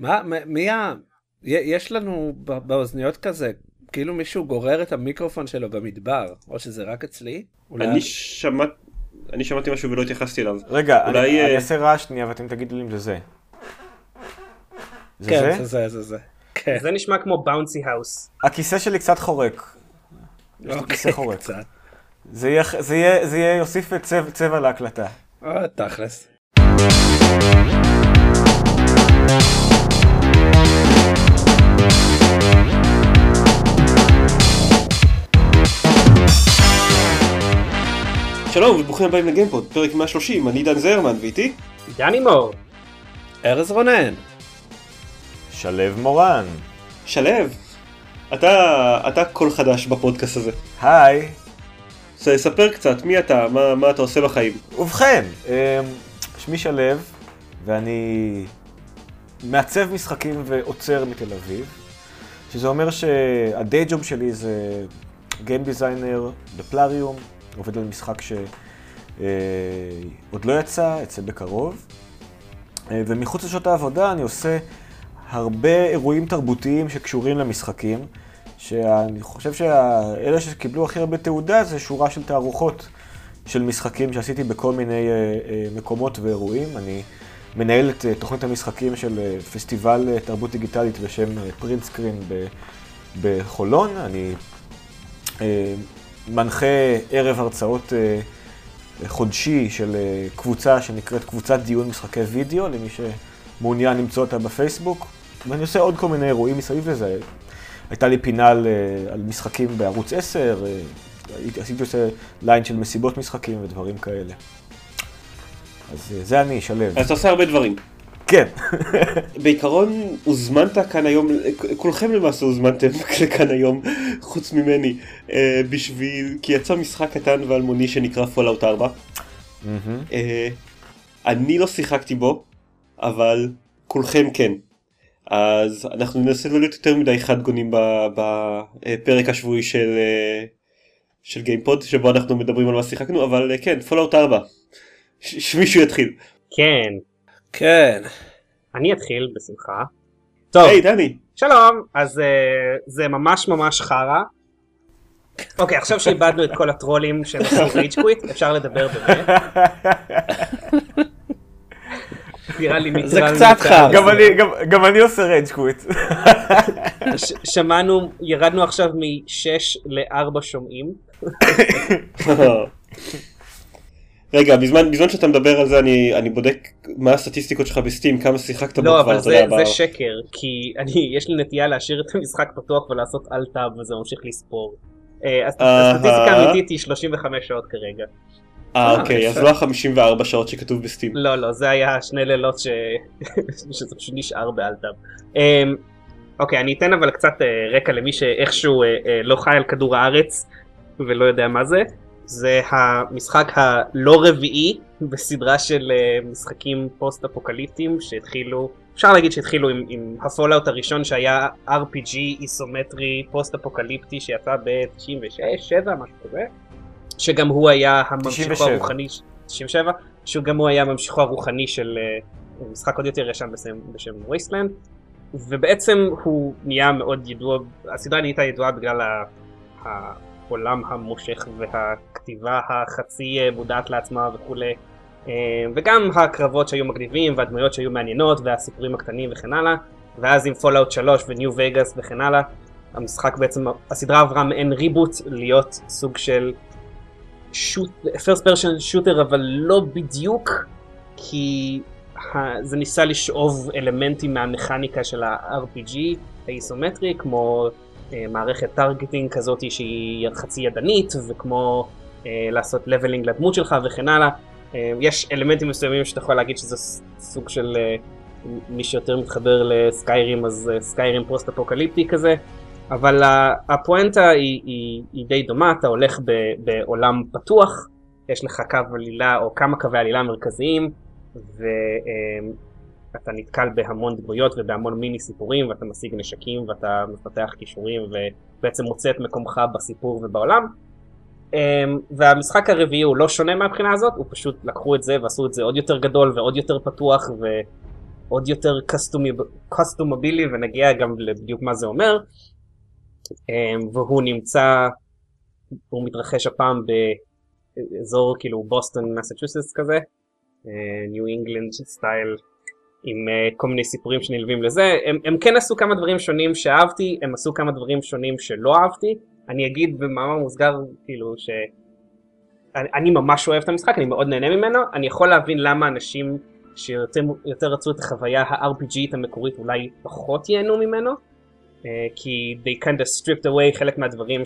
יש לנו באוזניות כזה, כאילו מישהו גורר את המיקרופון שלו במדבר, או שזה רק אצלי? אני שמעתי משהו ולא התייחסתי אליו. רגע, אני אעשה רעש שנייה ואתם תגידו לי אם זה זה. כן, זה. זה נשמע כמו באונסי האוס. הכיסא שלי קצת חורק. יש לי כיסא חורק. זה יוסיף צבע להקלטה. תכלס. שלום וברוכים הבאים לגיימפוד, פרק 130, אני דן זרמן ואיתי? דני מור. ארז רונן. שלב מורן. שלב, אתה קול חדש בפודקאסט הזה. היי. ספר קצת, מי אתה? מה אתה עושה בחיים? ובכן, שמי שלב ואני מעצב משחקים ועוצר מתל אביב, שזה אומר שהדיי ג'וב שלי זה גיים דיזיינר בפלאריום, עובד על משחק שעוד לא יצא בקרוב. ומחוץ לשעות העבודה אני עושה הרבה אירועים תרבותיים שקשורים למשחקים, שאני חושב שאלה שקיבלו הכי הרבה תעודה זה שורה של תערוכות של משחקים שעשיתי בכל מיני מקומות ואירועים. אני מנהל את תוכנית המשחקים של פסטיבל תרבות דיגיטלית בשם פרינט סקרין בחולון. אני מנחה ערב הרצאות חודשי של קבוצה שנקראת קבוצת דיון משחקי וידאו, למי שמעוניין למצוא אותה בפייסבוק. ואני עושה עוד כל מיני אירועים מסביב לזה. הייתה לי פינה על משחקים בערוץ 10, עשיתי עושה ליין של מסיבות משחקים ודברים כאלה. אז זה אני, שלב. אז אתה עושה הרבה דברים. כן. בעיקרון הוזמנת כאן היום, כולכם למעשה הוזמנתם כאן היום, חוץ ממני, כי יצא משחק קטן ואלמוני שנקרא פולאוט 4. אני לא שיחקתי בו, אבל כולכם כן. אז אנחנו ננסה לא להיות יותר מדי חד גונים בפרק השבועי של גיימפוד, שבו אנחנו מדברים על מה שיחקנו, אבל כן, פולאוט 4. שמישהו יתחיל. כן. כן. אני אתחיל בשמחה. טוב. היי, דני. שלום. אז זה ממש חרא. אוקיי, עכשיו שאיבדנו את כל הטרולים שהם עשו רייג' קוויט, אפשר לדבר באמת. נראה לי זה קצת חרא. גם אני עושה רייג' קוויט. שמענו, ירדנו עכשיו מ-6 ל-4 שומעים. רגע, בזמן שאתה מדבר על זה, אני בודק מה הסטטיסטיקות שלך בסטים, כמה שיחקת בו כבר. לא, אבל זה שקר, כי יש לי נטייה להשאיר את המשחק פתוח ולעשות אלט-טאב וזה ממשיך לספור. הסטטיסטיקה האמיתית היא 35 שעות כרגע. אוקיי, אז לא ה-54 שעות שכתוב בסטים. לא, זה היה 2 לילות שזה פשוט נשאר באלט-טאב. אוקיי, אני אתן אבל קצת רקע למי שאיכשהו לא חי על כדור הארץ ולא יודע מה זה. זה המשחק הלא רביעי בסדרה של משחקים פוסט-אפוקליפטיים שהתחילו, אפשר להגיד שהתחילו עם הפולאוט הראשון שהיה RPG איסומטרי פוסט-אפוקליפטי שיצא ב-96, 7, משהו כזה, שגם הוא היה הממשיכו הרוחני, 97, שגם הוא היה הממשיכו הרוחני של משחק עוד יותר ישן בשם וייסטלנד, ובעצם הוא נהיה מאוד ידוע, הסדרה נהייתה ידועה בגלל העולם המושך והכתיבה החצי מודעת לעצמה וכולי, וגם הקרבות שהיו מגניבים והדמויות שהיו מעניינות והסיפורים הקטנים וכן הלאה. ואז עם פולאוט 3 וניו וגאס וכן הלאה, המשחק בעצם, הסדרה עברה מעין ריבוט להיות סוג של first person shooter, אבל לא בדיוק, כי זה ניסה לשאוב אלמנטים מהמכניקה של ה-RPG האיסומטרי, כמו מערכת טרגטינג כזאת שהיא חצי ידנית, וכמו לעשות לבלינג לדמות שלך וכן הלאה. יש אלמנטים מסוימים שאתה יכול להגיד שזה סוג של מי שיותר מתחבר לסקיירים, אז סקיירים פוסט אפוקליפטי כזה, אבל הפואנטה היא די דומה. אתה הולך בעולם פתוח, יש לך קו עלילה או כמה קווי עלילה מרכזיים, ואתה נתקל בהמון דמויות ובהמון מיני סיפורים, ואתה משיג נשקים ואתה מפתח קישורים ובעצם מוצא את מקומך בסיפור ובעולם. והמשחק הרביעי הוא לא שונה מהבחינה הזאת, הוא פשוט לקחו את זה ועשו את זה עוד יותר גדול ועוד יותר פתוח עוד יותר קסטומבילי, ונגיע גם בדיוק מה זה אומר. והוא נמצא, הוא מתרחש הפעם באזור כאילו בוסטון, מסצ'וסטס כזה, ניו אינגלנד סטייל, עם כל מיני סיפורים שנלווים לזה. הם כן עשו כמה דברים שונים שאהבתי, הם עשו כמה דברים שונים שלא אהבתי. אני אגיד במאמר מוסגר כאילו אני ממש אוהב את המשחק, אני מאוד נהנה ממנו. אני יכול להבין למה אנשים שיותר רצו את החוויה ה-RPGית המקורית אולי פחות ייהנו ממנו, כי they kind of stripped away חלק מהדברים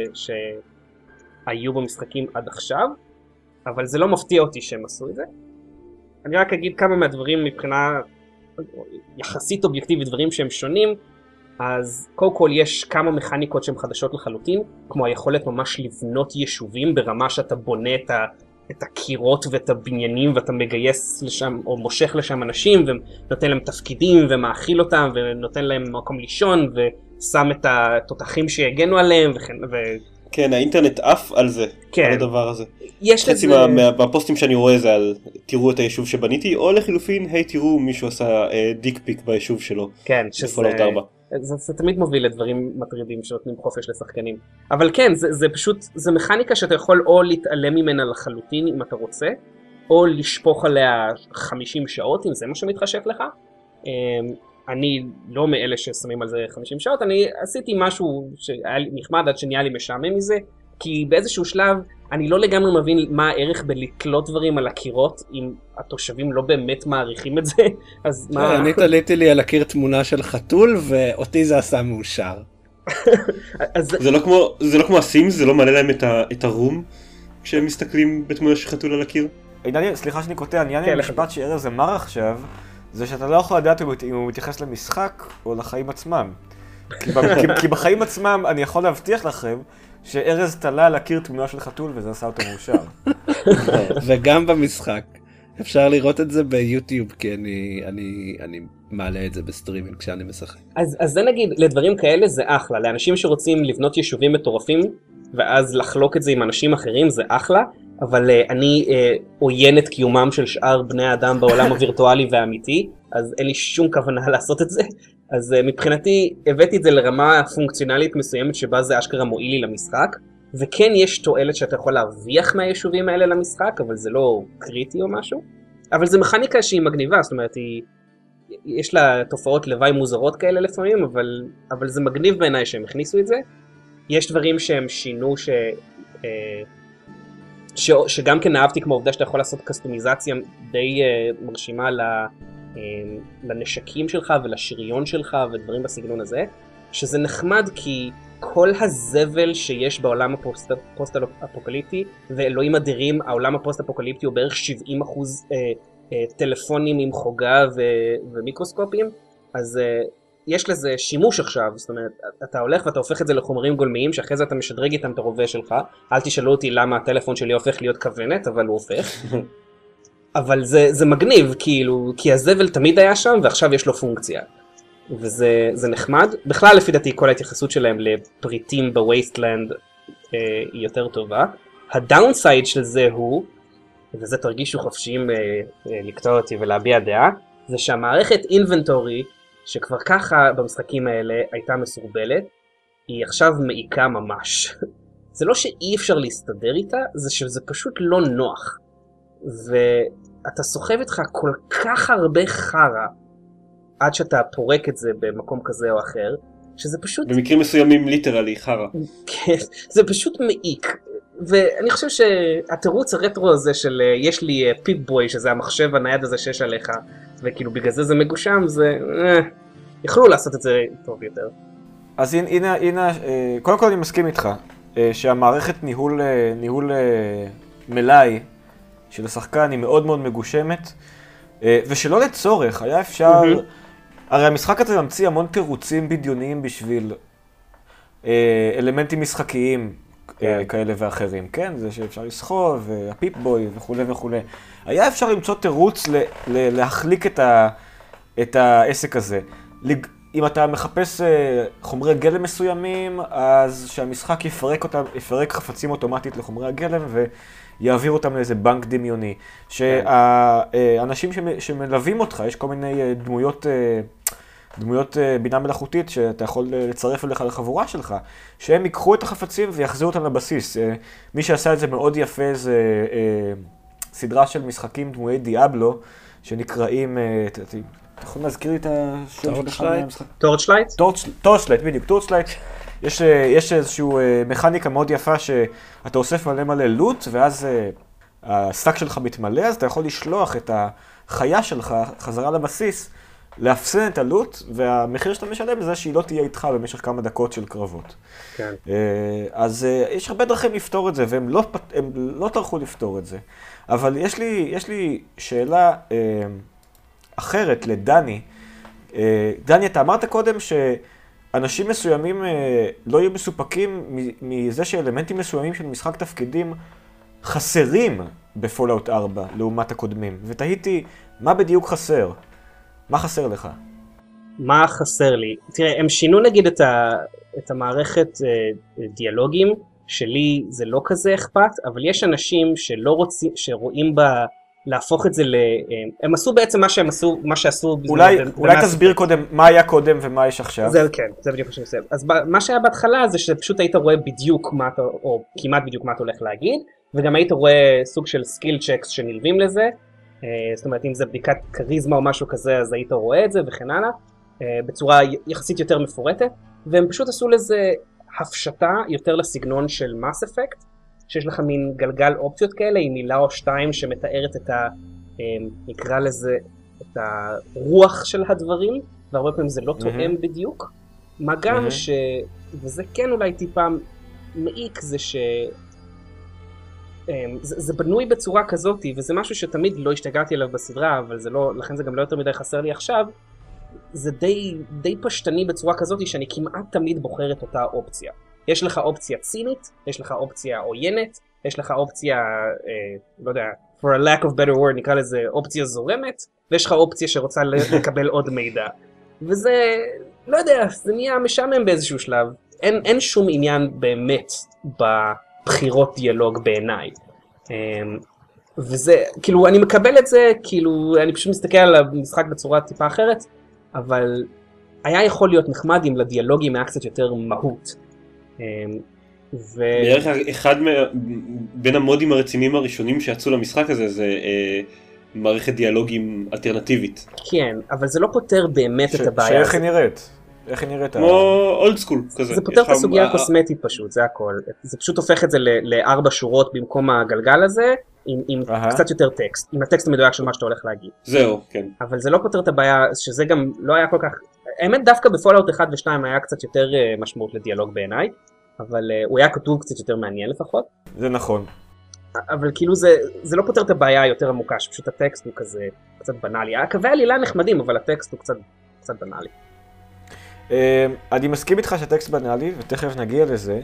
שהיו במשחקים עד עכשיו, אבל זה לא מפתיע אותי שהם עשו את זה. אני רק אגיד כמה מהדברים מבחינה יחסית אובייקטיבית, דברים שהם שונים. אז קודם כל יש כמה מכניקות שהן חדשות לחלוטין, כמו היכולת ממש לבנות יישובים ברמה שאתה בונה את הקירות ואת הבניינים, ואתה מגייס לשם או מושך לשם אנשים ונותן להם תפקידים ומאכיל אותם ונותן להם מקום לישון ושם את התותחים שיגנו עליהם כן, האינטרנט עף על זה, כן. על הדבר הזה. יש חצי מהפוסטים שאני רואה זה על תראו את היישוב שבניתי, או לחילופין, היי תראו מישהו עשה דיק פיק ביישוב שלו. כן, זה תמיד מוביל לדברים מטרידים שנותנים חופש לשחקנים. אבל כן, זה פשוט, זה מכניקה שאתה יכול או להתעלם ממנה לחלוטין אם אתה רוצה, או לשפוך עליה 50 שעות אם זה מה שמתחשק לך. אני לא מאלה ששמים על זה 50 שעות, אני עשיתי משהו שהיה לי נחמד עד שנהיה לי משעמם מזה, כי באיזשהו שלב אני לא לגמרי מבין מה הערך בלתלות דברים על הקירות, אם התושבים לא באמת מעריכים את זה, אז מה... אני תליתי לי על הקיר תמונה של חתול, ואותי זה עשה מאושר. זה לא כמו הסימס, זה לא מעלה להם את הרום, כשהם מסתכלים בתמונה של חתול על הקיר? סליחה שאני קוטע, עניין לי המשפט שארז אמר עכשיו, זה שאתה לא יכול לדעת אם הוא מתייחס למשחק או לחיים עצמם. כי בחיים עצמם אני יכול להבטיח לכם שארז תלה על הקיר תמונה של חתול וזה עשה אותו מאושר. וגם במשחק. אפשר לראות את זה ביוטיוב, כי אני מעלה את זה בסטרימינג כשאני משחק. אז זה נגיד, לדברים כאלה זה אחלה. לאנשים שרוצים לבנות יישובים מטורפים, ואז לחלוק את זה עם אנשים אחרים זה אחלה. אבל אני עוין את קיומם של שאר בני האדם בעולם הווירטואלי והאמיתי, אז אין לי שום כוונה לעשות את זה. אז מבחינתי הבאתי את זה לרמה פונקציונלית מסוימת שבה זה אשכרה מועיל לי למשחק, וכן יש תועלת שאתה יכול להרוויח מהיישובים האלה למשחק, אבל זה לא קריטי או משהו. אבל זה מכניקה שהיא מגניבה, זאת אומרת, יש לה תופעות לוואי מוזרות כאלה לפעמים, אבל זה מגניב בעיניי שהם הכניסו את זה. יש דברים שהם שינו שגם כן אהבתי, כמו העובדה שאתה יכול לעשות קסטומיזציה די מרשימה לנשקים שלך ולשריון שלך ודברים בסגנון הזה, שזה נחמד כי כל הזבל שיש בעולם הפוסט-אפוקליפטי, ואלוהים אדירים, העולם הפוסט-אפוקליפטי הוא בערך 70% טלפונים עם חוגה ומיקרוסקופים, אז יש לזה שימוש עכשיו, זאת אומרת, אתה הולך ואתה הופך את זה לחומרים גולמיים, שאחרי זה אתה משדרג איתם את הרובה שלך. אל תשאלו אותי למה הטלפון שלי הופך להיות כוונת, אבל הוא הופך. אבל זה מגניב, כאילו, כי הזבל תמיד היה שם, ועכשיו יש לו פונקציה. וזה נחמד. בכלל, לפי דעתי, כל ההתייחסות שלהם לפריטים בווייסטלנד היא יותר טובה. הדאונסייד של זה הוא, וזה תרגישו חופשיים לקטוע אותי ולהביע דעה, זה שהמערכת אינבנטורי, שכבר ככה במשחקים האלה הייתה מסורבלת, היא עכשיו מעיקה ממש. זה לא שאי אפשר להסתדר איתה, זה שזה פשוט לא נוח. ואתה סוחב איתך כל כך הרבה חרה, עד שאתה פורק את זה במקום כזה או אחר, שזה פשוט... במקרים מסוימים ליטרלי חרה. כן, זה פשוט מעיק. ואני חושב שהתירוץ הרטרו הזה של יש לי פיפ בוי, שזה המחשב הנייד הזה שיש עליך, וכאילו בגלל זה מגושם, זה... יכלו לעשות את זה טוב יותר. אז הנה, קודם כל אני מסכים איתך, שהמערכת ניהול מלאי של השחקן היא מאוד מאוד מגושמת, ושלא לצורך, היה אפשר... הרי המשחק הזה ממציא המון תירוצים בדיוניים בשביל אלמנטים משחקיים כאלה ואחרים, כן? זה שאפשר לסחוב, הפיפ בוי וכו' וכו'. היה אפשר למצוא תירוץ להחליק את העסק הזה. אם אתה מחפש חומרי גלם מסוימים, אז שהמשחק יפרק חפצים אוטומטית לחומרי הגלם יעביר אותם לאיזה בנק דמיוני. שהאנשים שמלווים אותך, יש כל מיני דמויות בינה מלאכותית שאתה יכול לצרף אליך לחבורה שלך, שהם ייקחו את החפצים ויחזירו אותם לבסיס. מי שעשה את זה מאוד יפה זה סדרה של משחקים דמויי דיאבלו, שנקראים, אתה יכול להזכיר לי את השם של אחד מהמשחק? טורצ'לייט? טורצ'לייט, בדיוק, טורצ'לייט. יש איזושהי מכניקה מאוד יפה שאתה אוסף מלא לוט, ואז השק שלך מתמלא, אז אתה יכול לשלוח את החיה שלך חזרה לבסיס, להפסן את הלוט, והמחיר שאתה משלם זה שהיא לא תהיה איתך במשך כמה דקות של קרבות. כן. אז יש הרבה דרכים לפתור את זה, והם לא טרחו לפתור את זה. אבל יש לי שאלה אחרת לדני. דני, אתה אמרת קודם שאנשים מסוימים לא יהיו מסופקים מזה שאלמנטים מסוימים של משחק תפקידים חסרים בפולאוט 4 לעומת הקודמים. ותהיתי, מה בדיוק חסר? מה חסר לך? מה חסר לי? תראה, הם שינו נגיד את המערכת דיאלוגים, שלי זה לא כזה אכפת, אבל יש אנשים שלא רוצים, שרואים בה, להפוך את זה הם עשו בעצם מה שעשו אולי תסביר קודם מה היה קודם ומה יש עכשיו. זה כן, זה בדיוק מה שאני עושה. אז מה שהיה בהתחלה זה שפשוט היית רואה בדיוק מה אתה, או כמעט בדיוק מה אתה הולך להגיד, וגם היית רואה סוג של סקיל צ'קס שנלווים לזה, זאת אומרת אם זה בדיקת קריזמה או משהו כזה אז היית רואה את זה וכן הלאה, בצורה יחסית יותר מפורטת, והם פשוט עשו לזה הפשטה יותר לסגנון של Mass Effect, שיש לך מין גלגל אופציות כאלה עם מילה או שתיים שמתארת את נקרא לזה, את הרוח של הדברים, והרבה פעמים זה לא תואם בדיוק. מה גם וזה כן אולי טיפה מעיק, זה זה בנוי בצורה כזאת, וזה משהו שתמיד לא השתגעתי עליו בסדרה, אבל זה לא, לכן זה גם לא יותר מדי חסר לי עכשיו, זה די פשטני בצורה כזאת שאני כמעט תמיד בוחר את אותה אופציה. יש לך אופציה צינית, יש לך אופציה עוינת, יש לך אופציה, לא יודע, for a lack of better word נקרא לזה אופציה זורמת, ויש לך אופציה שרוצה לקבל עוד מידע. וזה, לא יודע, זה נהיה משעמם באיזשהו שלב. אין שום עניין באמת בבחירות דיאלוג בעיניי. וזה, כאילו, אני מקבל את זה, כאילו, אני פשוט מסתכל על המשחק בצורה טיפה אחרת, אבל היה יכול להיות נחמד אם לדיאלוגים היה קצת יותר מהות. בערך אחד בין המודים הרציניים הראשונים שיצאו למשחק הזה זה מערכת דיאלוגים אלטרנטיבית. כן, אבל זה לא פותר באמת את הבעיה. שאיך היא נראית? איך היא נראית? כמו אולד סקול כזה. זה פותר את הסוגיה הקוסמטית פשוט, זה הכל. זה פשוט הופך את זה ל4 שורות במקום הגלגל הזה, עם קצת יותר טקסט, עם הטקסט המדויק של מה שאתה הולך להגיד. זהו, כן. אבל זה לא פותר את הבעיה, שזה גם לא היה כל כך, האמת דווקא בפולאוט 1 ו2 היה קצת יותר משמעות לדיאלוג בעיניי, אבל הוא היה כתוב קצת יותר מעניין לפחות. זה נכון. אבל כאילו זה לא פותר את הבעיה היותר עמוקה, שפשוט הטקסט הוא כזה קצת בנאלי. הקווי עלילה נחמדים, אבל הטקסט הוא קצת בנאלי. אני מסכים איתך שהטקסט בנאלי, ותכף נגיע לזה.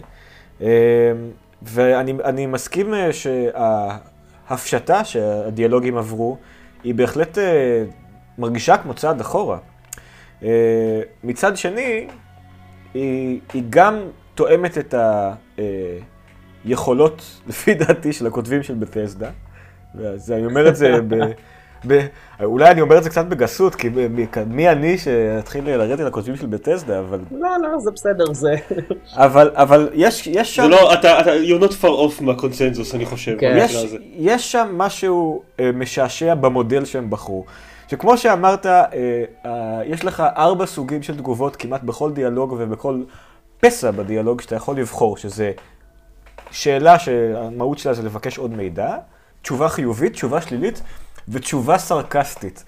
ואני מסכים שההפשטה שהדיאלוגים עברו, היא בהחלט מרגישה כמו צעד אחורה. מצד שני, היא גם תואמת את היכולות, לפי דעתי, של הכותבים של בתסדה. אני אומר את זה אולי אני אומר את זה קצת בגסות, כי מי אני שאתחיל לרדת על הכותבים של בתסדה, אבל... לא, זה בסדר, זה... אבל יש שם... זה לא, you're not far off מהקונצנזוס, אני חושב. יש שם משהו משעשע במודל שהם בחרו. שכמו שאמרת, יש לך 4 סוגים של תגובות כמעט בכל דיאלוג ובכל פסע בדיאלוג שאתה יכול לבחור, שזה שאלה שהמהות שלה זה לבקש עוד מידע, תשובה חיובית, תשובה שלילית ותשובה סרקסטית.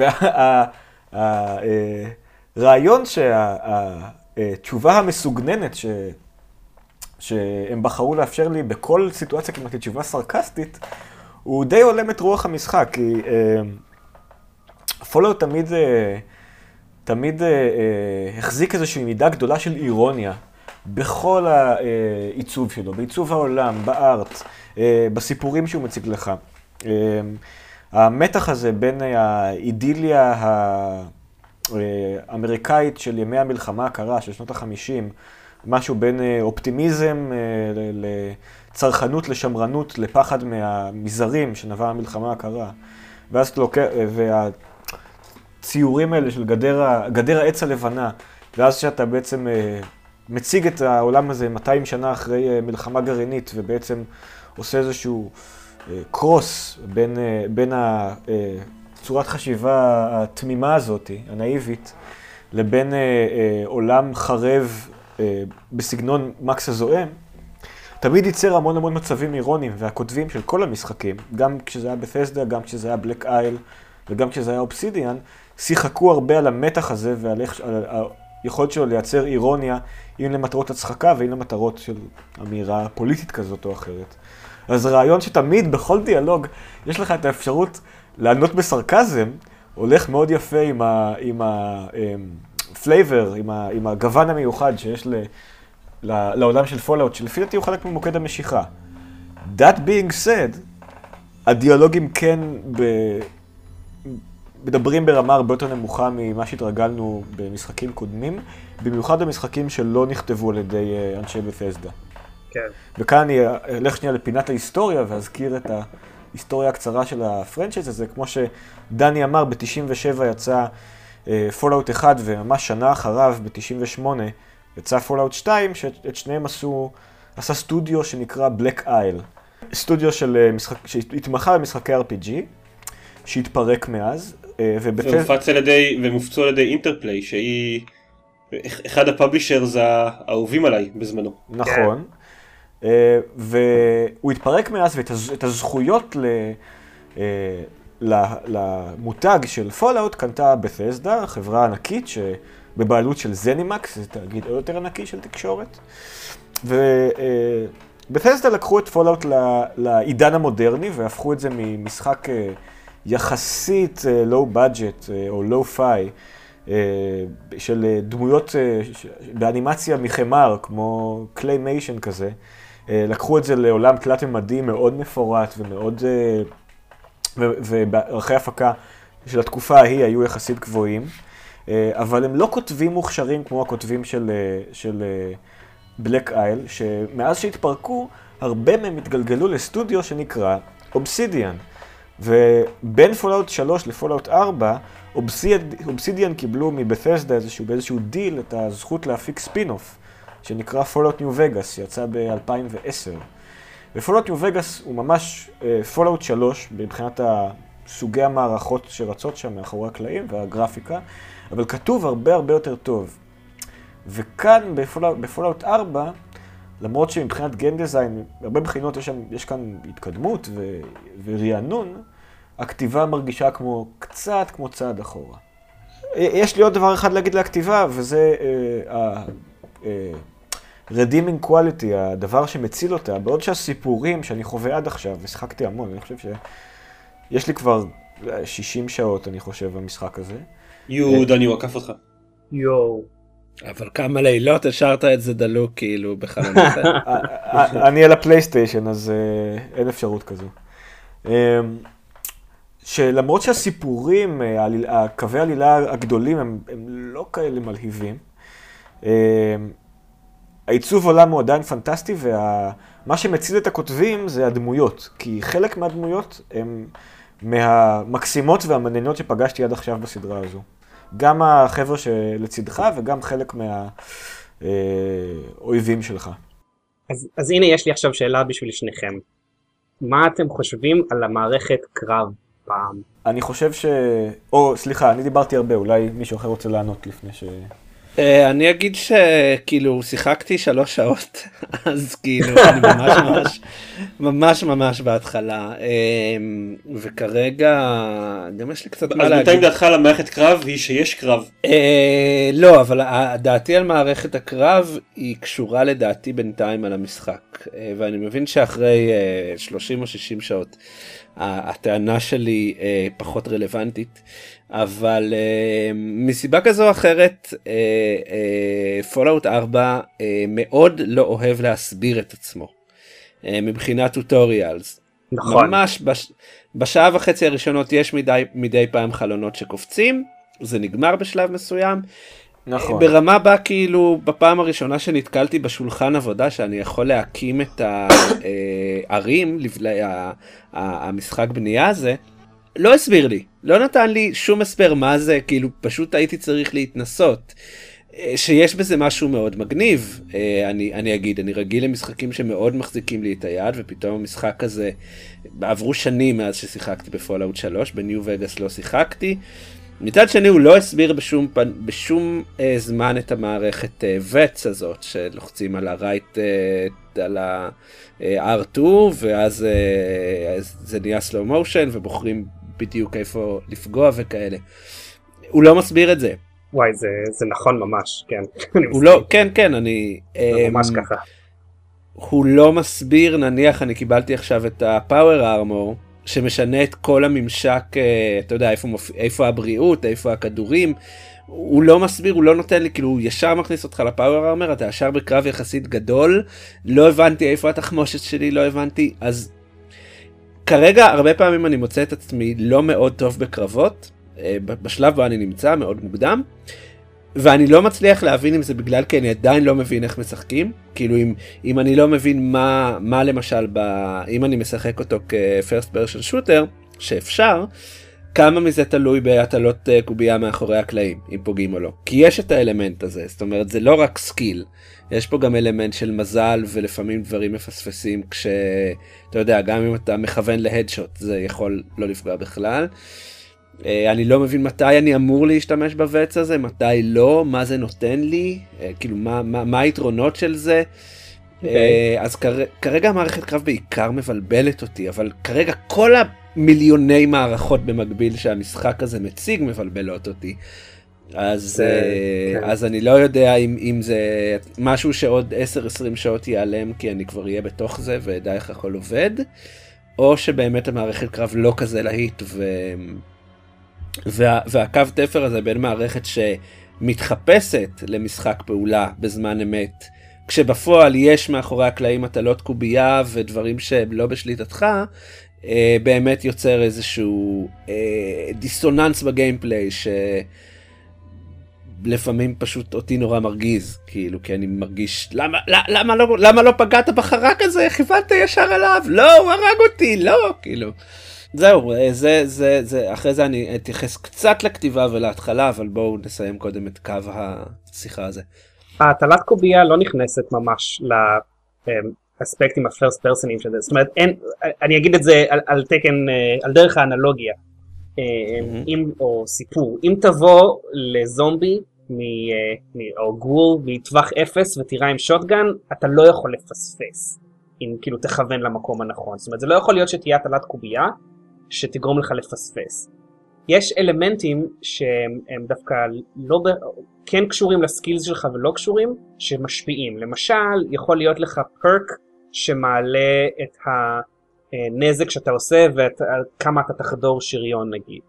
והרעיון שהתשובה המסוגננת שהם בחרו לאפשר לי בכל סיטואציה כמעט תשובה סרקסטית, הוא די עולם את רוח המשחק, כי פולאוט תמיד החזיק איזושהי מידה גדולה של אירוניה בכל העיצוב שלו, בעיצוב העולם, בארט, בסיפורים שהוא מציג לך. המתח הזה בין האידיליה האמריקאית של ימי המלחמה הקרה של שנות ה-50 משהו בין אופטימיזם לצרכנות, לשמרנות, לפחד מהמזרים שנבע המלחמה הקרה. ואז אתה לוקח, והציורים האלה של גדר העץ הלבנה, ואז שאתה בעצם מציג את העולם הזה 200 שנה אחרי מלחמה גרעינית, ובעצם עושה איזשהו קרוס בין צורת חשיבה התמימה הזאת, הנאיבית, לבין עולם חרב בסגנון מקס הזוהם, תמיד ייצר המון מצבים אירוניים, והכותבים של כל המשחקים, גם כשזה היה בת'סדה, גם כשזה היה בלק אייל, וגם כשזה היה אובסידיאן, שיחקו הרבה על המתח הזה ועל היכולת שלו לייצר אירוניה, אם למטרות הצחקה ואם למטרות של אמירה פוליטית כזאת או אחרת. אז רעיון שתמיד בכל דיאלוג יש לך את האפשרות לענות בסרקזם, הולך מאוד יפה עם הפלייבר, עם הגוון המיוחד שיש לעולם של פולאוט, שלפי דעתי הוא חלק ממוקד המשיכה. That being said, הדיאלוגים כן מדברים ברמה הרבה יותר נמוכה ממה שהתרגלנו במשחקים קודמים, במיוחד במשחקים שלא נכתבו על ידי אנשי בת'סדה. כן. וכאן אני אלך שנייה לפינת ההיסטוריה ואזכיר את ההיסטוריה הקצרה של הפרנצ'ייז הזה. כמו שדני אמר, ב-97 יצא פולאוט 1, וממש שנה אחריו, ב-98, יצא פולאוט 2, שאת שניהם עשה סטודיו שנקרא בלק אייל. סטודיו שהתמחה במשחקי RPG, שהתפרק מאז. ומופצו על ידי אינטרפליי, שהיא אחד הפאבלישרס האהובים עליי בזמנו. נכון. והוא התפרק מאז, ואת הזכויות למותג של פולאוט קנתה בת'סדה, חברה ענקית בבעלות של זנימקס, זה תאגיד עוד יותר ענקי של תקשורת. ובת'סדה לקחו את פולאוט לעידן המודרני, והפכו את זה ממשחק יחסית לואו בדג'ט או לואו פיי, של דמויות באנימציה מחמר, כמו קליימיישן כזה. לקחו את זה לעולם תלת-ממדי מאוד מפורט ומאוד, ובערכי הפקה של התקופה ההיא היו יחסית גבוהים, אבל הם לא כותבים מוכשרים כמו הכותבים של בלק אייל, שמאז שהתפרקו, הרבה מהם התגלגלו לסטודיו שנקרא אובסידיאן. ובין פולאוט 3 לפולאוט 4, אובסידיאן קיבלו מבת'סדה באיזשהו דיל את הזכות להפיק ספין-אוף, שנקרא פולאוט ניו וגאס, שיצא ב-2010. ופולאוט ניו וגאס הוא ממש פולאוט 3, מבחינת סוגי המערכות שרצות שם מאחורי הקלעים והגרפיקה, אבל כתוב הרבה יותר טוב. וכאן בפולאוט 4, למרות שמבחינת גיים דיזיין, הרבה בחינות יש כאן התקדמות ורענון, הכתיבה מרגישה קצת כמו צעד אחורה. יש לי עוד דבר אחד להגיד להכתיבה, וזה redeeming quality, הדבר שמציל אותה, בעוד שהסיפורים שאני חווה עד עכשיו, ושחקתי המון, אני חושב שיש לי כבר 60 שעות, אני חושב, במשחק הזה. דני, הוא עקף אותך. אבל כמה לילות השארת את זה דלוק כאילו בחלומות. אני על הפלייסטיישן, אז אין אפשרות כזו. שלמרות שהסיפורים, הקווי העלילה הגדולים הם לא כאלה מלהיבים, העיצוב עולם הוא עדיין פנטסטי, ומה שמציל את הכותבים זה הדמויות, כי חלק מהדמויות הם מהמקסימות והמעניינות שפגשתי עד עכשיו בסדרה הזו. גם החבר'ה שלצדך וגם חלק מהאויבים שלך. אז הנה יש לי עכשיו שאלה בשביל שניכם. מה אתם חושבים על המערכת קרב פעם? אני חושב סליחה, אני דיברתי הרבה, אולי מישהו אחר רוצה לענות לפני ש... אני אגיד שכאילו שיחקתי 3 שעות, אז כאילו אני ממש בהתחלה, וכרגע גם יש לי קצת מה להגיד. אז בינתיים דעתך על המערכת קרב היא שיש קרב? לא, אבל דעתי על מערכת הקרב היא קשורה לדעתי בינתיים על המשחק, ואני מבין שאחרי 30 או 60 שעות הטענה שלי פחות רלוונטית, אבל מסיבה כזו או אחרת, פולאוט 4 מאוד לא אוהב להסביר את עצמו, מבחינת טוטוריאלס. נכון. ממש בשעה וחצי הראשונות יש מדי פעם חלונות שקופצים, זה נגמר בשלב מסוים, נכון. ברמה בה כאילו בפעם הראשונה שנתקלתי בשולחן עבודה שאני יכול להקים את הערים, המשחק בנייה הזה, לא הסביר לי, לא נתן לי שום הסבר מה זה, כאילו פשוט הייתי צריך להתנסות. שיש בזה משהו מאוד מגניב, אני אגיד, אני רגיל למשחקים שמאוד מחזיקים לי את היד, ופתאום המשחק הזה, עברו שנים מאז ששיחקתי בפולאאוט 3, בניו וגאס לא שיחקתי, מצד שני הוא לא הסביר בשום זמן את המערכת ווץ הזאת, שלוחצים על ה-right, על ה-R2, ואז זה נהיה slow motion, ובוחרים בדיוק איפה לפגוע וכאלה. הוא לא מסביר את זה. וואי, זה נכון ממש, כן. הוא לא, כן, אני... זה ממש ככה. הוא לא מסביר, נניח אני קיבלתי עכשיו את ה-Power Armor, שמשנה את כל הממשק, אתה יודע, איפה הבריאות, איפה הכדורים, הוא לא מסביר, הוא לא נותן לי, כאילו הוא ישר מכניס אותך ל-Power Armor, אתה ישר בקרב יחסית גדול, לא הבנתי איפה התחמושת שלי, לא הבנתי, אז כרגע הרבה פעמים אני מוצא את עצמי לא מאוד טוב בקרבות, בשלב בו אני נמצא, מאוד מוקדם, ואני לא מצליח להבין אם זה בגלל כי אני עדיין לא מבין איך משחקים, כאילו אם אני לא מבין מה למשל, אם אני משחק אותו כ-first person shooter, שאפשר, כמה מזה תלוי בהטלות קובייה מאחורי הקלעים, אם פוגעים או לא. כי יש את האלמנט הזה, זאת אומרת, זה לא רק סקיל, יש פה גם אלמנט של מזל, ולפעמים דברים מפספסים, אתה יודע, גם אם אתה מכוון להדשוט, זה יכול לא לפגוע בכלל. אני לא מבין מתי אני אמור להשתמש בווץ הזה, מתי לא, מה זה נותן לי, כאילו מה היתרונות של זה. אז כרגע המערכת קרב בעיקר מבלבלת אותי, אבל כרגע כל המיליוני מערכות במקביל שהמשחק הזה מציג מבלבלות אותי. אז אני לא יודע אם זה משהו שעוד 10-20 שעות ייעלם, כי אני כבר אהיה בתוך זה וידע איך הכל עובד, או שבאמת המערכת קרב לא כזה להיט והקו תפר הזה בין מערכת שמתחפשת למשחק פעולה בזמן אמת, כשבפועל יש מאחורי הקלעים מטלות קובייה ודברים שהם לא בשליטתך, באמת יוצר איזשהו דיסוננס בגיימפליי שלפעמים פשוט אותי נורא מרגיז, כאילו, כי אני מרגיש, למה לא פגעת בחרק הזה? כיוונת ישר עליו? לא, הוא הרג אותי, לא, כאילו. זהו, אחרי זה אני אתייחס קצת לכתיבה ולהתחלה, אבל בואו נסיים קודם את קו השיחה הזה. הטלת קובייה לא נכנסת ממש לאספקטים הפרסט פרסונים של זה, זאת אומרת, אני אגיד את זה על תקן, על דרך האנלוגיה, או סיפור, אם תבוא לזומבי, או גול מטווח 0 ותירה עם שוטגן, אתה לא יכול לפספס, אם כאילו תכוון למקום הנכון, זאת אומרת, זה לא יכול להיות שתהיה הטלת קובייה, שתגרום לך לפספס. יש אלמנטים שהם דווקא לא, כן קשורים לסקילס שלך ולא קשורים, שמשפיעים. למשל, יכול להיות לך פרק שמעלה את הנזק שאתה עושה וכמה אתה תחדור שריון נגיד.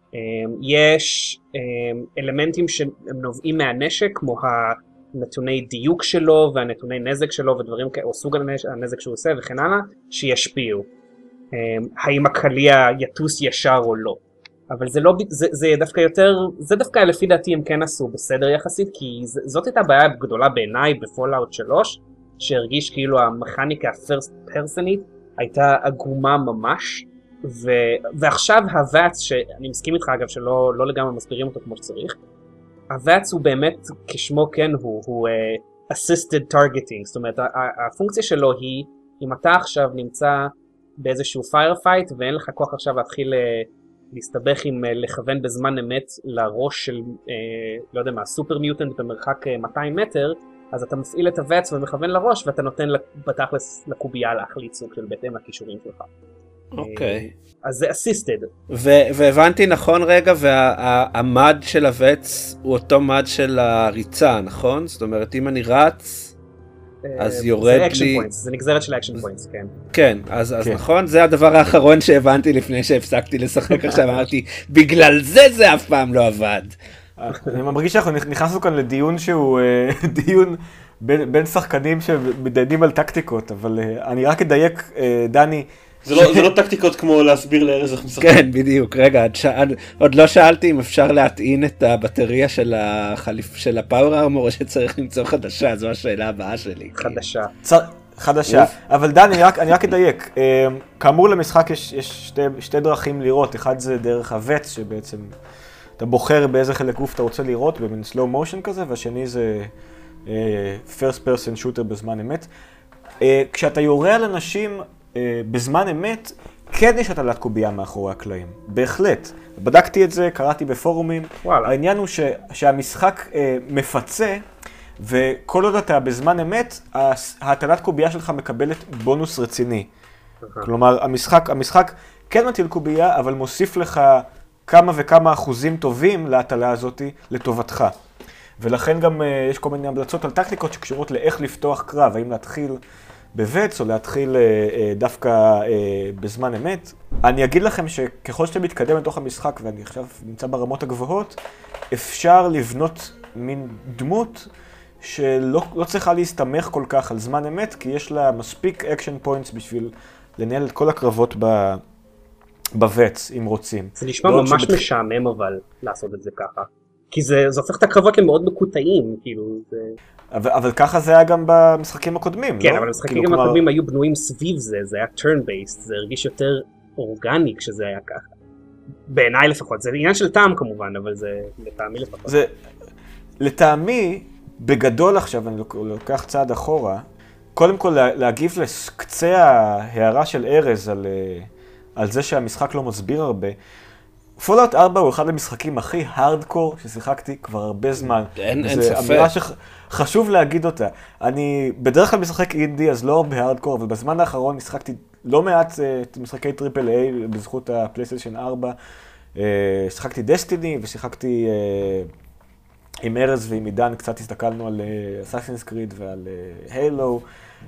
יש אלמנטים שהם נובעים מהנשק, כמו הנתוני דיוק שלו והנתוני נזק שלו ודברים כאלה, או סוג הנזק שהוא עושה וכן הלאה, שישפיעו. האם הקליע יטוס ישר או לא. אבל זה לא, זה דווקא יותר, זה דווקא לפי דעתי הם כן עשו בסדר יחסית, כי זאת הייתה בעיה גדולה בעיניי בפולאאוט 3, שהרגיש כאילו המכניקה הפרסט פרסונית הייתה עגומה ממש, ועכשיו הוואץ, שאני מסכים איתך אגב שלא לגמרי מסבירים אותו כמו שצריך, הוואץ הוא באמת כשמו כן הוא assisted targeting, זאת אומרת הפונקציה שלו היא, אם אתה עכשיו נמצא באיזשהו firefight ואין לך כוח עכשיו להתחיל להסתבך עם לכוון בזמן אמת לראש של, לא יודע מה, סופר מיוטנט במרחק 200 מטר, אז אתה מפעיל את הווץ ומכוון לראש ואתה נותן בתכלס לקובייה להחליט סוג של בהתאם לכישורים שלך. אוקיי. אז זה assisted. והבנתי נכון רגע, והמד של הווץ הוא אותו מד של הריצה, נכון? זאת אומרת, אם אני רץ, אז יורד לי... זה נגזרת של אקשן פוינטס, כן. כן, אז נכון, זה הדבר האחרון שהבנתי לפני שהפסקתי לשחק עכשיו, אמרתי, בגלל זה אף פעם לא עבד. אני מרגיש שאנחנו נכנסנו כאן לדיון שהוא דיון בין שחקנים שמדיינים על טקטיקות, אבל אני רק אדייק, דני, זה לא טקטיקות כמו להסביר לארז איך משחקים. כן, בדיוק. רגע, עוד לא שאלתי אם אפשר להטעין את הבטריה של הפאוור ארמור, או שצריך למצוא חדשה, זו השאלה הבאה שלי. חדשה. אבל דן, אני רק אדייק. כאמור למשחק יש שתי דרכים לראות. אחד זה דרך הווץ, שבעצם אתה בוחר באיזה חלק גוף אתה רוצה לראות, במין slow motion כזה, והשני זה first person shooter בזמן אמת. כשאתה יורה על אנשים בזמן אמת, כן יש הטלת קובייה מאחורי הקלעים. בהחלט. בדקתי את זה, קראתי בפורומים. העניין הוא שהמשחק מפצה, וכל עוד אתה בזמן אמת, ההטלת קובייה שלך מקבלת בונוס רציני. כלומר, המשחק כן מטיל קובייה, אבל מוסיף לך כמה וכמה אחוזים טובים להטלה הזאת לטובתך. ולכן גם יש כל מיני המלצות על טקטיקות שקשורות לאיך לפתוח קרב, האם להתחיל בווץ או להתחיל דווקא בזמן אמת. אני אגיד לכם שככל שאתה מתקדם לתוך המשחק, ואני עכשיו נמצא ברמות הגבוהות, אפשר לבנות מין דמות שלא צריכה להסתמך כל כך על זמן אמת, כי יש לה מספיק אקשן פוינטס בשביל לנהל את כל הקרבות בווץ, אם רוצים. זה נשמע ממש משעמם אבל לעשות את זה ככה. כי זה הופך את הקרבות למאוד מקוטעים, כאילו זה... אבל ככה זה היה גם במשחקים הקודמים, כן, לא? אבל המשחקים הקודמים היו בנויים סביב זה, זה היה turn-based, זה הרגיש יותר אורגני כשזה היה ככה. בעיניי לפחות, זה עניין של טעם כמובן, אבל זה לטעמי לפחות. לטעמי, בגדול עכשיו, אני לוקח צעד אחורה, קודם כל להגיב לקצה ההערה של ארז על זה שהמשחק לא מסביר הרבה. פולאאוט 4 הוא אחד המשחקים הכי הארדקור ששיחקתי כבר הרבה זמן. אין ספק. זו אמירה שחשוב להגיד אותה. אני בדרך כלל משחק אינדי, אז לא הרבה הארדקור, אבל בזמן האחרון שיחקתי לא מעט משחקי טריפל איי בזכות הפלייסטיישן 4. שיחקתי דסטיני ושיחקתי עם ארז ועם עידן, קצת הסתכלנו על אסאסינס קריד ועל הילו.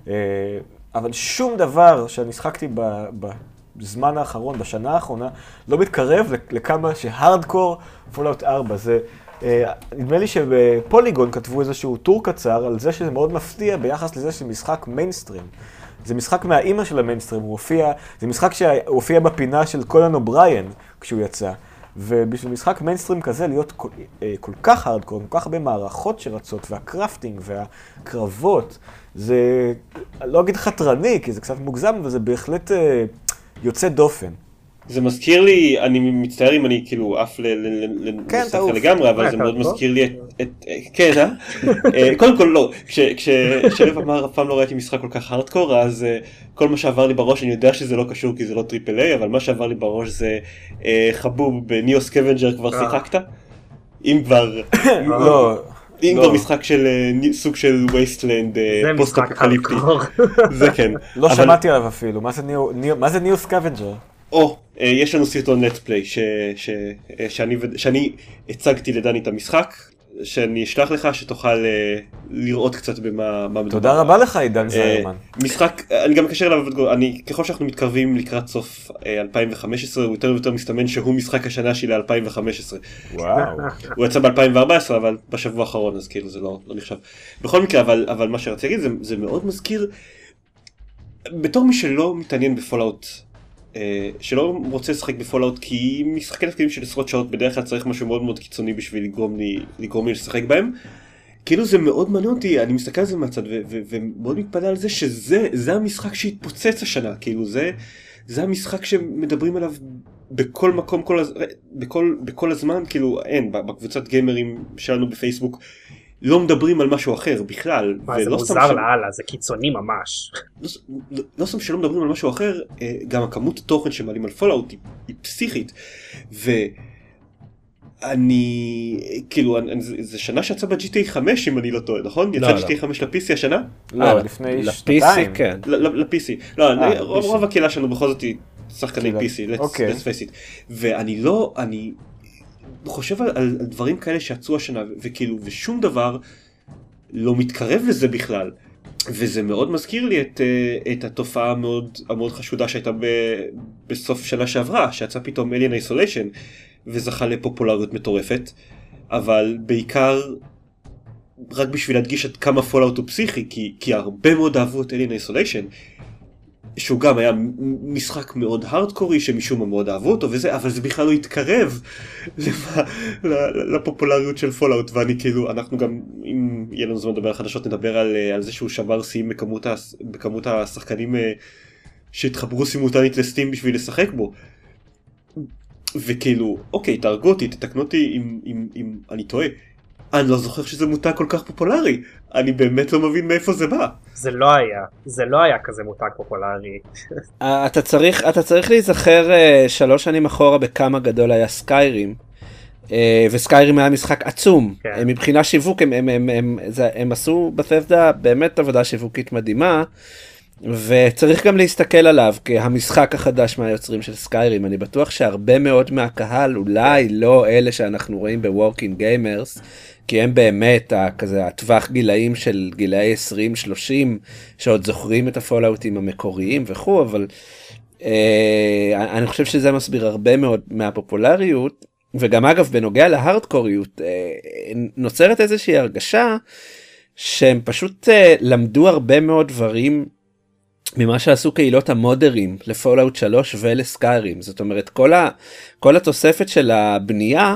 אבל שום דבר שאני שיחקתי בזמן האחרון, בשנה האחרונה, לא מתקרב לכמה שהארדקור פולאאוט 4. זה, נדמה לי שבפוליגון כתבו איזשהו טור קצר על זה שזה מאוד מפתיע ביחס לזה שזה משחק מיינסטרים. זה משחק מהאימא של המיינסטרים, זה משחק שהופיע בפינה של קולן אובריין כשהוא יצא. ובשביל משחק מיינסטרים כזה להיות כל כך הארדקור, כל כך הרבה מערכות שרצות, והקרפטינג והקרבות, זה, לא אגיד חתרני, כי זה קצת מוגזם, אבל זה בהחלט יוצא דופן. זה מזכיר לי, אני מצטער אם אני כאילו עף לנושא אחר לגמרי, אבל זה מאוד מזכיר לי את... כן, קודם כל לא, כששלב אמר אף פעם לא ראיתי משחק כל כך הארדקור, אז כל מה שעבר לי בראש, אני יודע שזה לא קשור כי זה לא טריפל איי, אבל מה שעבר לי בראש זה חבוב בניאו סקוונג'ר כבר שיחקת? אם כבר... לא. אם כבר משחק של סוג של וייסטלנד פוסט-אפוקליפטי. זה כן. לא שמעתי עליו אפילו, מה זה ניו סקוונג'ר? יש לנו סרטון let's play שאני הצגתי לדני את המשחק, שאני אשלח לך שתוכל לראות קצת במה מדובר. תודה רבה לך עידן זיירמן. משחק, אני גם מקשר אליו, ככל שאנחנו מתקרבים לקראת סוף 2015, הוא יותר ויותר מסתמן שהוא משחק השנה שלי ל-2015. וואו. הוא יצא ב-2014, אבל בשבוע האחרון, אז כאילו זה לא נחשב. בכל מקרה, אבל מה שרציתי להגיד, זה מאוד מזכיר, בתור מי שלא מתעניין בפולאאוט, שלא רוצה לשחק בפולאאוט, כי משחקי תפקידים של עשרות שעות בדרך כלל צריך משהו מאוד מאוד קיצוני בשביל לגרום לי לשחק בהם. כאילו זה מאוד מעניין אותי, אני מסתכל על זה מהצד ומאוד מתפלא על זה שזה המשחק שהתפוצץ השנה, כאילו זה המשחק שמדברים עליו בכל מקום, בכל הזמן, כאילו אין, בקבוצת גיימרים שלנו בפייסבוק, לא מדברים על משהו אחר בכלל. זה מוזר להלאה, זה קיצוני ממש. לא סתם שלא מדברים על משהו אחר, גם הכמות תוכן שמעלים על פולאאוט היא פסיכית. ואני, כאילו, זה שנה שיצא ב-GTA 5 אם אני לא טועה, נכון? יצא GTA 5 ל-PC השנה? לא, לפני שנתיים. ל-PC. לא, רוב הקהילה שלנו בכל זאת היא שחקני PC, let's face it. ואני לא, אני חושב על דברים כאלה שיצאו השנה, וכאילו, ושום דבר לא מתקרב לזה בכלל. וזה מאוד מזכיר לי את התופעה המאוד חשודה שהייתה בסוף שנה שעברה, שיצא פתאום Alien Isolation, וזכה לפופולריות מטורפת, אבל בעיקר רק בשביל להדגיש עד כמה פולאאוט הוא פסיכי, כי הרבה מאוד אהבו את Alien Isolation. שהוא גם היה משחק מאוד הארדקורי, שמשום מה מאוד אהבו אותו וזה, אבל זה בכלל לא התקרב לפופולריות של פולאאוט, ואני כאילו, אנחנו גם, אם יהיה לנו זמן לדבר על חדשות, נדבר על זה שהוא שבר שיאים בכמות השחקנים שהתחברו סימולטנית לסטים בשביל לשחק בו. וכאילו, אוקיי, תהרגו אותי, תתקנו אותי אם אני טועה. אני לא זוכר שזה מותג כל כך פופולרי. אני באמת לא מבין מאיפה זה בא. זה לא היה כזה מותג פופולרי. אתה צריך להיזכר 3 שנים אחורה בכמה גדול היה סקיירים. וסקיירים היה משחק עצום. כן. מבחינה שיווק, הם עשו בת'סדה באמת עבודה שיווקית מדהימה. וצריך גם להסתכל עליו כהמשחק החדש מהיוצרים של סקיירים. אני בטוח שהרבה מאוד מהקהל, אולי לא אלה שאנחנו רואים בוורקינג גיימרס, כי הם באמת כזה הטווח גילאים של גילאי 20-30, שעוד זוכרים את הפולאוטים המקוריים וכו', אבל אני חושב שזה מסביר הרבה מאוד מהפופולריות, וגם אגב בנוגע להארדקוריות, נוצרת איזושהי הרגשה שהם פשוט למדו הרבה מאוד דברים ממה שעשו קהילות המודרים לפולאוט 3 ולסקיירים. זאת אומרת, כל התוספת של הבנייה,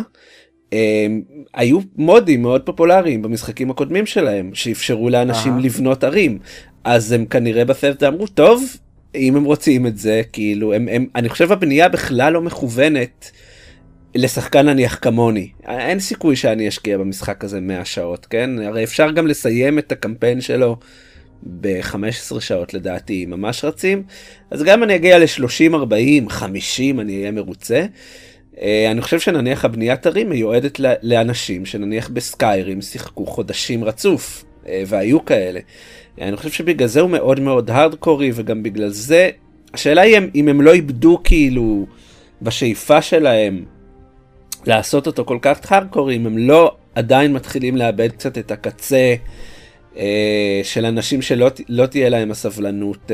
היו מודים מאוד פופולריים במשחקים הקודמים שלהם, שאפשרו לאנשים לבנות ערים. אז הם כנראה בת'סדה אמרו, טוב, אם הם רוצים את זה, כאילו, אני חושב הבנייה בכלל לא מכוונת לשחקן נניח כמוני. אין סיכוי שאני אשקיע במשחק הזה 100 שעות, כן? הרי אפשר גם לסיים את הקמפיין שלו ב-15 שעות לדעתי, אם ממש רצים. אז גם אני אגיע ל-30, 40, 50, אני אהיה מרוצה. אני חושב שנניח הבניית ערים מיועדת לאנשים שנניח בסקיירים שיחקו חודשים רצוף, והיו כאלה. אני חושב שבגלל זה הוא מאוד מאוד הארדקורי, וגם בגלל זה, השאלה היא אם הם לא איבדו כאילו בשאיפה שלהם לעשות אותו כל כך הארדקורי, אם הם לא עדיין מתחילים לאבד קצת את הקצה של אנשים שלא תהיה להם הסבלנות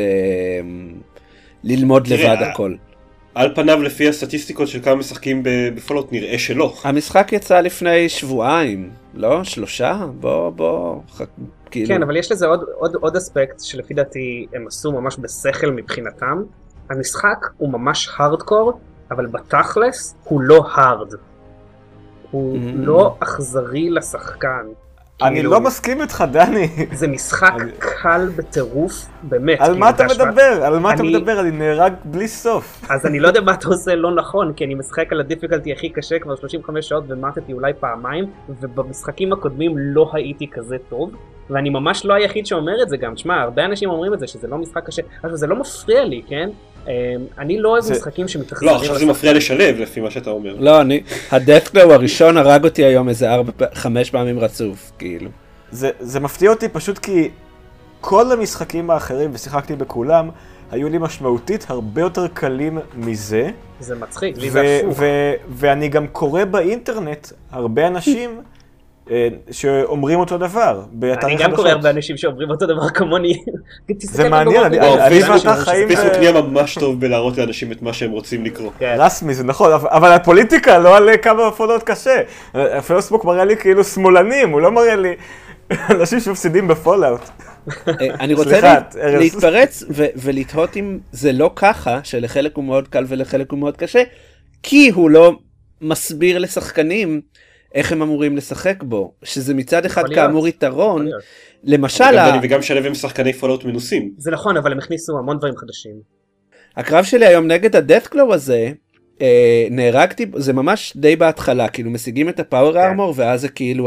ללמוד לבד הכל. על פניו לפי הסטטיסטיקות של כמה משחקים בפולאוט נראה שלא. המשחק יצא לפני שבועיים, לא? 3? בוא, כאילו. כן, אבל יש לזה עוד אספקט שלפי דעתי הם עשו ממש בשכל מבחינתם. המשחק הוא ממש הארדקור, אבל בתכלס הוא לא הארד. הוא לא אכזרי לשחקן. אני לא מסכים איתך, דני. זה משחק קל בטירוף, באמת. על מה אתה מדבר? על מה אתה מדבר? אני נהרג בלי סוף. אז אני לא יודע מה אתה עושה לא נכון, כי אני משחק על הדיפיקלטי הכי קשה כבר 35 שעות ומתתי אולי פעמיים, ובמשחקים הקודמים לא הייתי כזה טוב, ואני ממש לא היחיד שאומר את זה גם. תשמע, הרבה אנשים אומרים את זה, שזה לא משחק קשה, אבל זה לא מפריע לי, כן? אני לא אוהב משחקים שמתחזרים. לא, עכשיו זה מפריע לשלב לפי מה שאתה אומר. לא, הדאת'גלו הראשון הרג אותי היום איזה 5 פעמים רצוף, כאילו. זה מפתיע אותי פשוט כי כל המשחקים האחרים, ושיחקתי בכולם, היו לי משמעותית הרבה יותר קלים מזה. זה מצחיק, לי זה הפוך. ואני גם קורא באינטרנט הרבה אנשים שאומרים אותו דבר. אני גם קורא הרבה אנשים שאומרים אותו דבר כמוני. זה מעניין, אני ואתה חיים... פייסבוק נהיה ממש טוב בלהראות לאנשים את מה שהם רוצים לקרוא. רסמי, זה נכון, אבל הפוליטיקה לא על כמה פולאוט קשה. פייסבוק מראה לי כאילו שמאלנים, הוא לא מראה לי אנשים שמפסידים בפולאוט. אני רוצה להתפרץ ולתהות אם זה לא ככה, שלחלק הוא מאוד קל ולחלק הוא מאוד קשה, כי הוא לא מסביר לשחקנים איך הם אמורים לשחק בו, שזה מצד אחד כאמור יתרון, למשל... וגם שלב עם שחקני פולאוט מנוסים. זה נכון, אבל הם הכניסו המון דברים חדשים. הקרב שלי היום נגד הדאת'גלו הזה, נהרגתי, זה ממש די בהתחלה, כאילו משיגים את הפאוור ארמור, ואז זה כאילו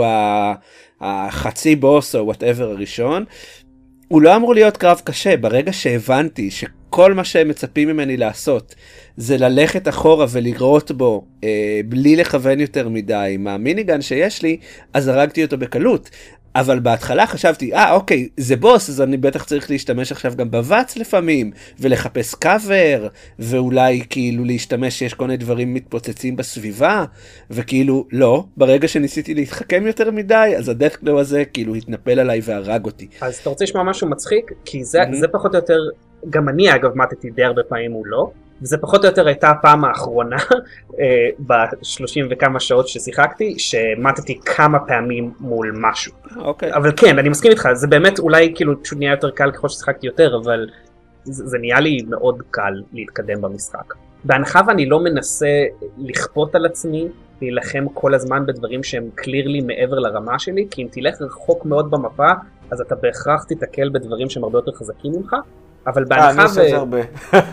החצי בוס או whatever הראשון, הוא לא אמור להיות קרב קשה, ברגע שהבנתי שכל מה שהם מצפים ממני לעשות, זה ללכת אחורה ולגרות בו, בלי לכוון יותר מדי, עם המיניגן שיש לי, אז הרגתי אותו בקלות. אבל בהתחלה חשבתי, אוקיי, זה בוס, אז אני בטח צריך להשתמש עכשיו גם בבץ לפעמים, ולחפש קאבר, ואולי כאילו להשתמש שיש כל מיני דברים מתפוצצים בסביבה, וכאילו לא, ברגע שניסיתי להתחכם יותר מדי, אז הדאת'גלו הזה כאילו התנפל עליי והרג אותי. אז אתה רוצה לשמוע משהו מצחיק? כי זה פחות או יותר, גם אני אגב מתתי די הרבה פעמים הוא לא, וזה פחות או יותר הייתה הפעם האחרונה, ב-30 וכמה שעות ששיחקתי, שמתתי כמה פעמים מול משהו. אוקיי. אבל כן, אני מסכים איתך, זה באמת אולי כאילו פשוט נהיה יותר קל ככל ששיחקתי יותר, אבל זה נהיה לי מאוד קל להתקדם במשחק. בהנחה ואני לא מנסה לכפות על עצמי, להילחם כל הזמן בדברים שהם קלירלי מעבר לרמה שלי, כי אם תלך רחוק מאוד במפה, אז אתה בהכרח תתקל בדברים שהם הרבה יותר חזקים ממך, אבל בהנחה אני עושה את זה הרבה.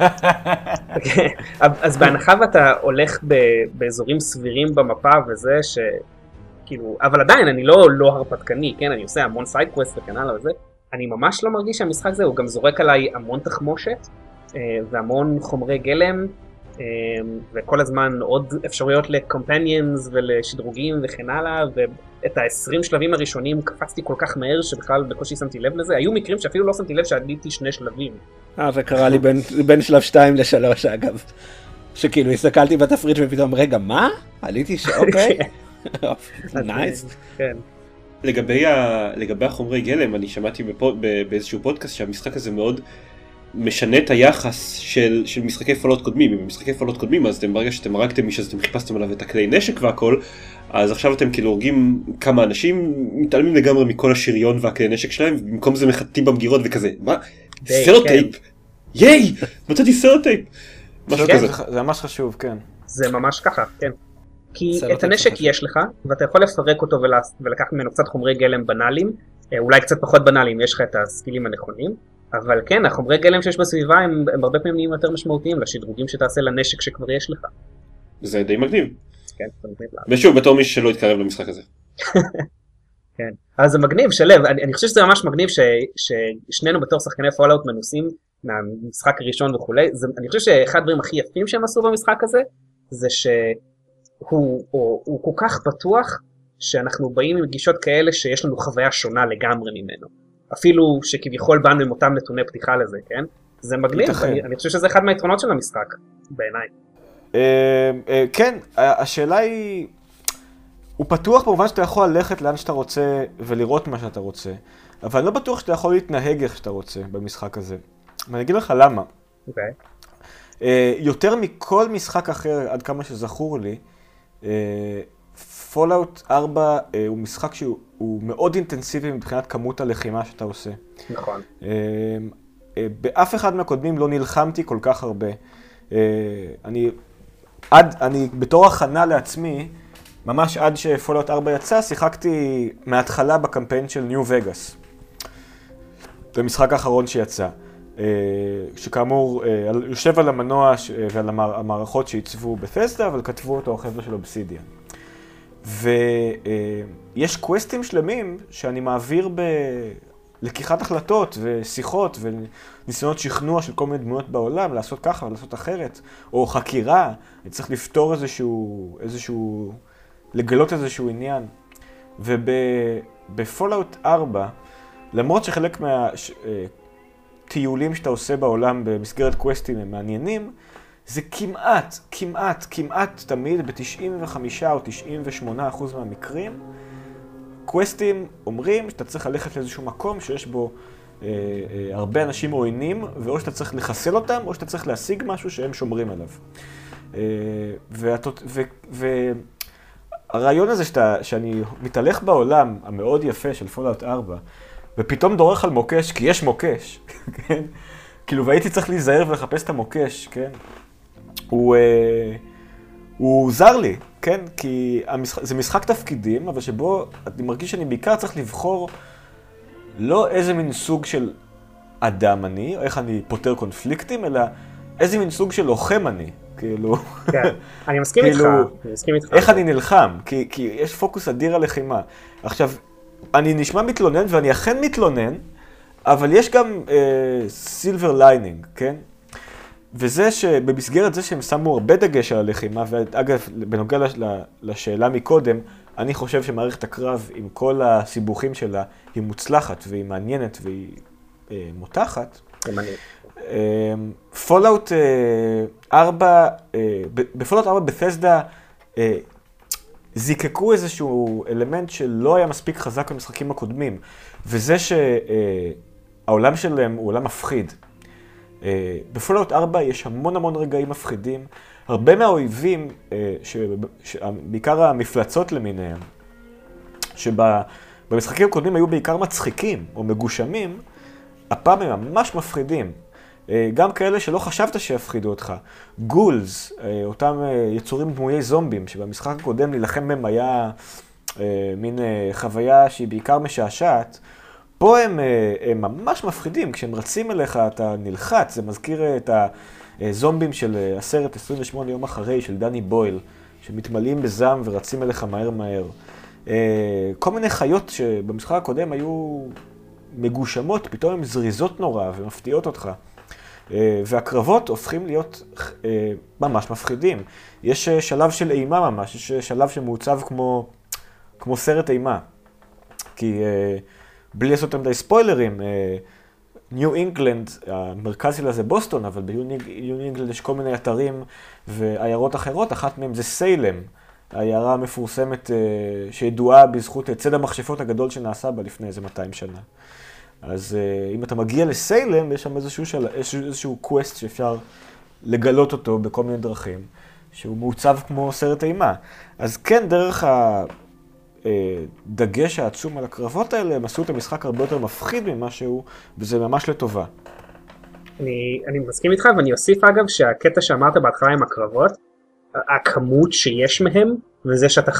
אז בהנחה ואתה הולך באזורים סבירים במפה וזה כאילו, אבל עדיין אני לא הרפתקני, כן, אני עושה המון סייד קווסט וכן הלאה וזה, אני ממש לא מרגיש שהמשחק זה, הוא גם זורק עליי המון תחמושת, והמון חומרי גלם, וכל הזמן עוד אפשרויות לקומפניונס ולשדרוגים וכן הלאה, ואת ה-20 שלבים הראשונים קפצתי כל כך מהר שבכלל בקושי שמתי לב לזה, היו מקרים שאפילו לא שמתי לב שעליתי 2 שלבים. זה קרה לי בין שלב 2 ל3 אגב, שכאילו הסתכלתי בתפריט ופתאום רגע מה? עליתי אוקיי. נייס. כן. לגבי החומרי גלם, אני שמעתי באיזשהו פודקאסט שהמשחק הזה מאוד משנה את היחס של משחקי פולאאוט קודמים. במשחקי פולאאוט קודמים, אז ברגע שאתם הרגתם מישהו, אז אתם חיפשתם עליו את הכלי נשק והכל, אז עכשיו אתם כאילו הורגים כמה אנשים, מתעלמים לגמרי מכל השריון והכלי נשק שלהם, ובמקום זה מחטאים במגירות וכזה. מה? סלוטייפ? ייי! מצאתי סלוטייפ! משהו כזה. זה ממש חשוב, כן. זה ממש ככה, כן. כי את הנשק יש לך, ואתה יכול לפרק אותו ולקח ממנו קצת חומרי גלם בנאליים, אולי קצת פחות בנאליים, יש לך את הסקילים הנכונים, אבל כן, החומרי גלם שיש בסביבה הם הרבה פעמים נהיים יותר משמעותיים לשדרוגים שתעשה לנשק שכבר יש לך. זה די מגניב. כן, זה מגניב. ושוב, בתור מי שלא יתקרב למשחק הזה. כן, אז זה מגניב, שלב, אני חושב שזה ממש מגניב ששנינו בתור שחקני פולאאוט מנוסים מהמשחק הראשון וכולי, אני חושב שאחד הדברים הכי יפים שהם עשו במשחק הזה, זה שהוא כל כך פתוח, שאנחנו באים עם גישות כאלה שיש לנו חוויה שונה לגמרי ממנו. אפילו שכביכול באנו עם אותם נתוני פתיחה לזה, כן? זה מגניב, אני חושב שזה אחד מהיתרונות של המשחק, בעיניי. כן, השאלה היא, הוא פתוח במובן שאתה יכול ללכת לאן שאתה רוצה ולראות מה שאתה רוצה, אבל אני לא בטוח שאתה יכול להתנהג איך שאתה רוצה במשחק הזה. ואני אגיד לך למה. אוקיי. יותר מכל משחק אחר, עד כמה שזכור לי, פולאאוט 4 הוא משחק שהוא מאוד אינטנסיבי מבחינת כמות הלחימה שאתה עושה. נכון. באף אחד מהקודמים לא נלחמתי כל כך הרבה. אני בתור הכנה לעצמי, ממש עד שפולאאוט 4 יצא, שיחקתי מההתחלה בקמפיין של ניו וגאס. זה המשחק האחרון שיצא. שכאמור יושב על המנוע ועל המערכות שעיצבו בת'סדה, אבל כתבו אותו החבר'ה של אובסידיאן. ויש קווסטים שלמים שאני מעביר בלקיחת החלטות ושיחות וניסיונות שכנוע של כל מיני דמויות בעולם, לעשות ככה ולעשות אחרת, או חקירה, אני צריך לפתור לגלות איזשהו עניין. ובפולאאוט 4, למרות שחלק טיולים שאתה עושה בעולם במסגרת קווסטים הם מעניינים, זה כמעט תמיד ב-95 או 98% מהמקרים, קווסטים אומרים שאתה צריך ללכת לאיזשהו מקום שיש בו הרבה אנשים עוינים, ואו שאתה צריך לחסל אותם, או שאתה צריך להשיג משהו שהם שומרים עליו. והרעיון הזה שאני מתהלך בעולם המאוד יפה של פולאאוט 4, ופתאום דורך על מוקש, כי יש מוקש, כן? כאילו, והייתי צריך להיזהר ולחפש את המוקש, כן? הוא זר לי, כן? כי זה משחק תפקידים, אבל שבו אני מרגיש שאני בעיקר צריך לבחור לא איזה מין סוג של אדם אני, או איך אני פותר קונפליקטים, אלא איזה מין סוג של לוחם אני, כאילו. כן, אני מסכים איתך, איך אני נלחם, כי יש פוקוס אדיר על לחימה. עכשיו, אני נשמע מתלונן, ואני אכן מתלונן, אבל יש גם סילבר ליינינג, כן? וזה שבמסגרת זה שהם שמו הרבה דגש על הלחימה, ואגב, בנוגע לשאלה מקודם, אני חושב שמערכת הקרב עם כל הסיבוכים שלה היא מוצלחת והיא מעניינת והיא מותחת. פולאאוט 4, בפולאאוט 4 בת'סדה זיקקו איזשהו אלמנט שלא היה מספיק חזק במשחקים הקודמים, וזה שהעולם שלהם הוא עולם מפחיד. בפולאאוט 4 יש המון רגעים מפחידים, הרבה מהאויבים, בעיקר המפלצות למיניהם, שבמשחקים הקודמים היו בעיקר מצחיקים או מגושמים, הפעם הם ממש מפחידים. גם כאלה שלא חשבת שיפחידו אותך. גולס, אותם יצורים דמויי זומבים, שבמשחק הקודם להילחם בהם היה מין חוויה שהיא בעיקר משעשעת, פה הם ממש מפחידים, כשהם רצים אליך אתה נלחץ, זה מזכיר את הזומבים של הסרט 28 יום אחרי של דני בויל, שמתמלאים בזעם ורצים אליך מהר מהר. כל מיני חיות שבמשחק הקודם היו מגושמות, פתאום הן זריזות נורא ומפתיעות אותך. והקרבות הופכים להיות ממש מפחידים. יש שלב של אימה ממש, יש שלב שמעוצב כמו סרט אימה. כי בלי לעשות עמדי ספוילרים, ניו אינגלנד, המרכז שלה זה בוסטון, אבל בניו אינגלנד יש כל מיני אתרים ועיירות אחרות, אחת מהם זה סיילם, העיירה המפורסמת שידועה בזכות ציד המכשפות הגדול שנעשה בה לפני איזה 200 שנה. אז אם אתה מגיע לסיילם, יש שם איזשהו קווסט שאפשר לגלות אותו בכל מיני דרכים, שהוא מעוצב כמו סרט אימה. אז כן, דרך הדגש העצום על הקרבות האלה, הם עשו את המשחק הרבה יותר מפחיד ממה שהוא, וזה ממש לטובה. אני מסכים איתך, ואני אוסיף אגב שהקטע שאמרת בהתחלה עם הקרבות, הכמות שיש מהם, וזה שאתה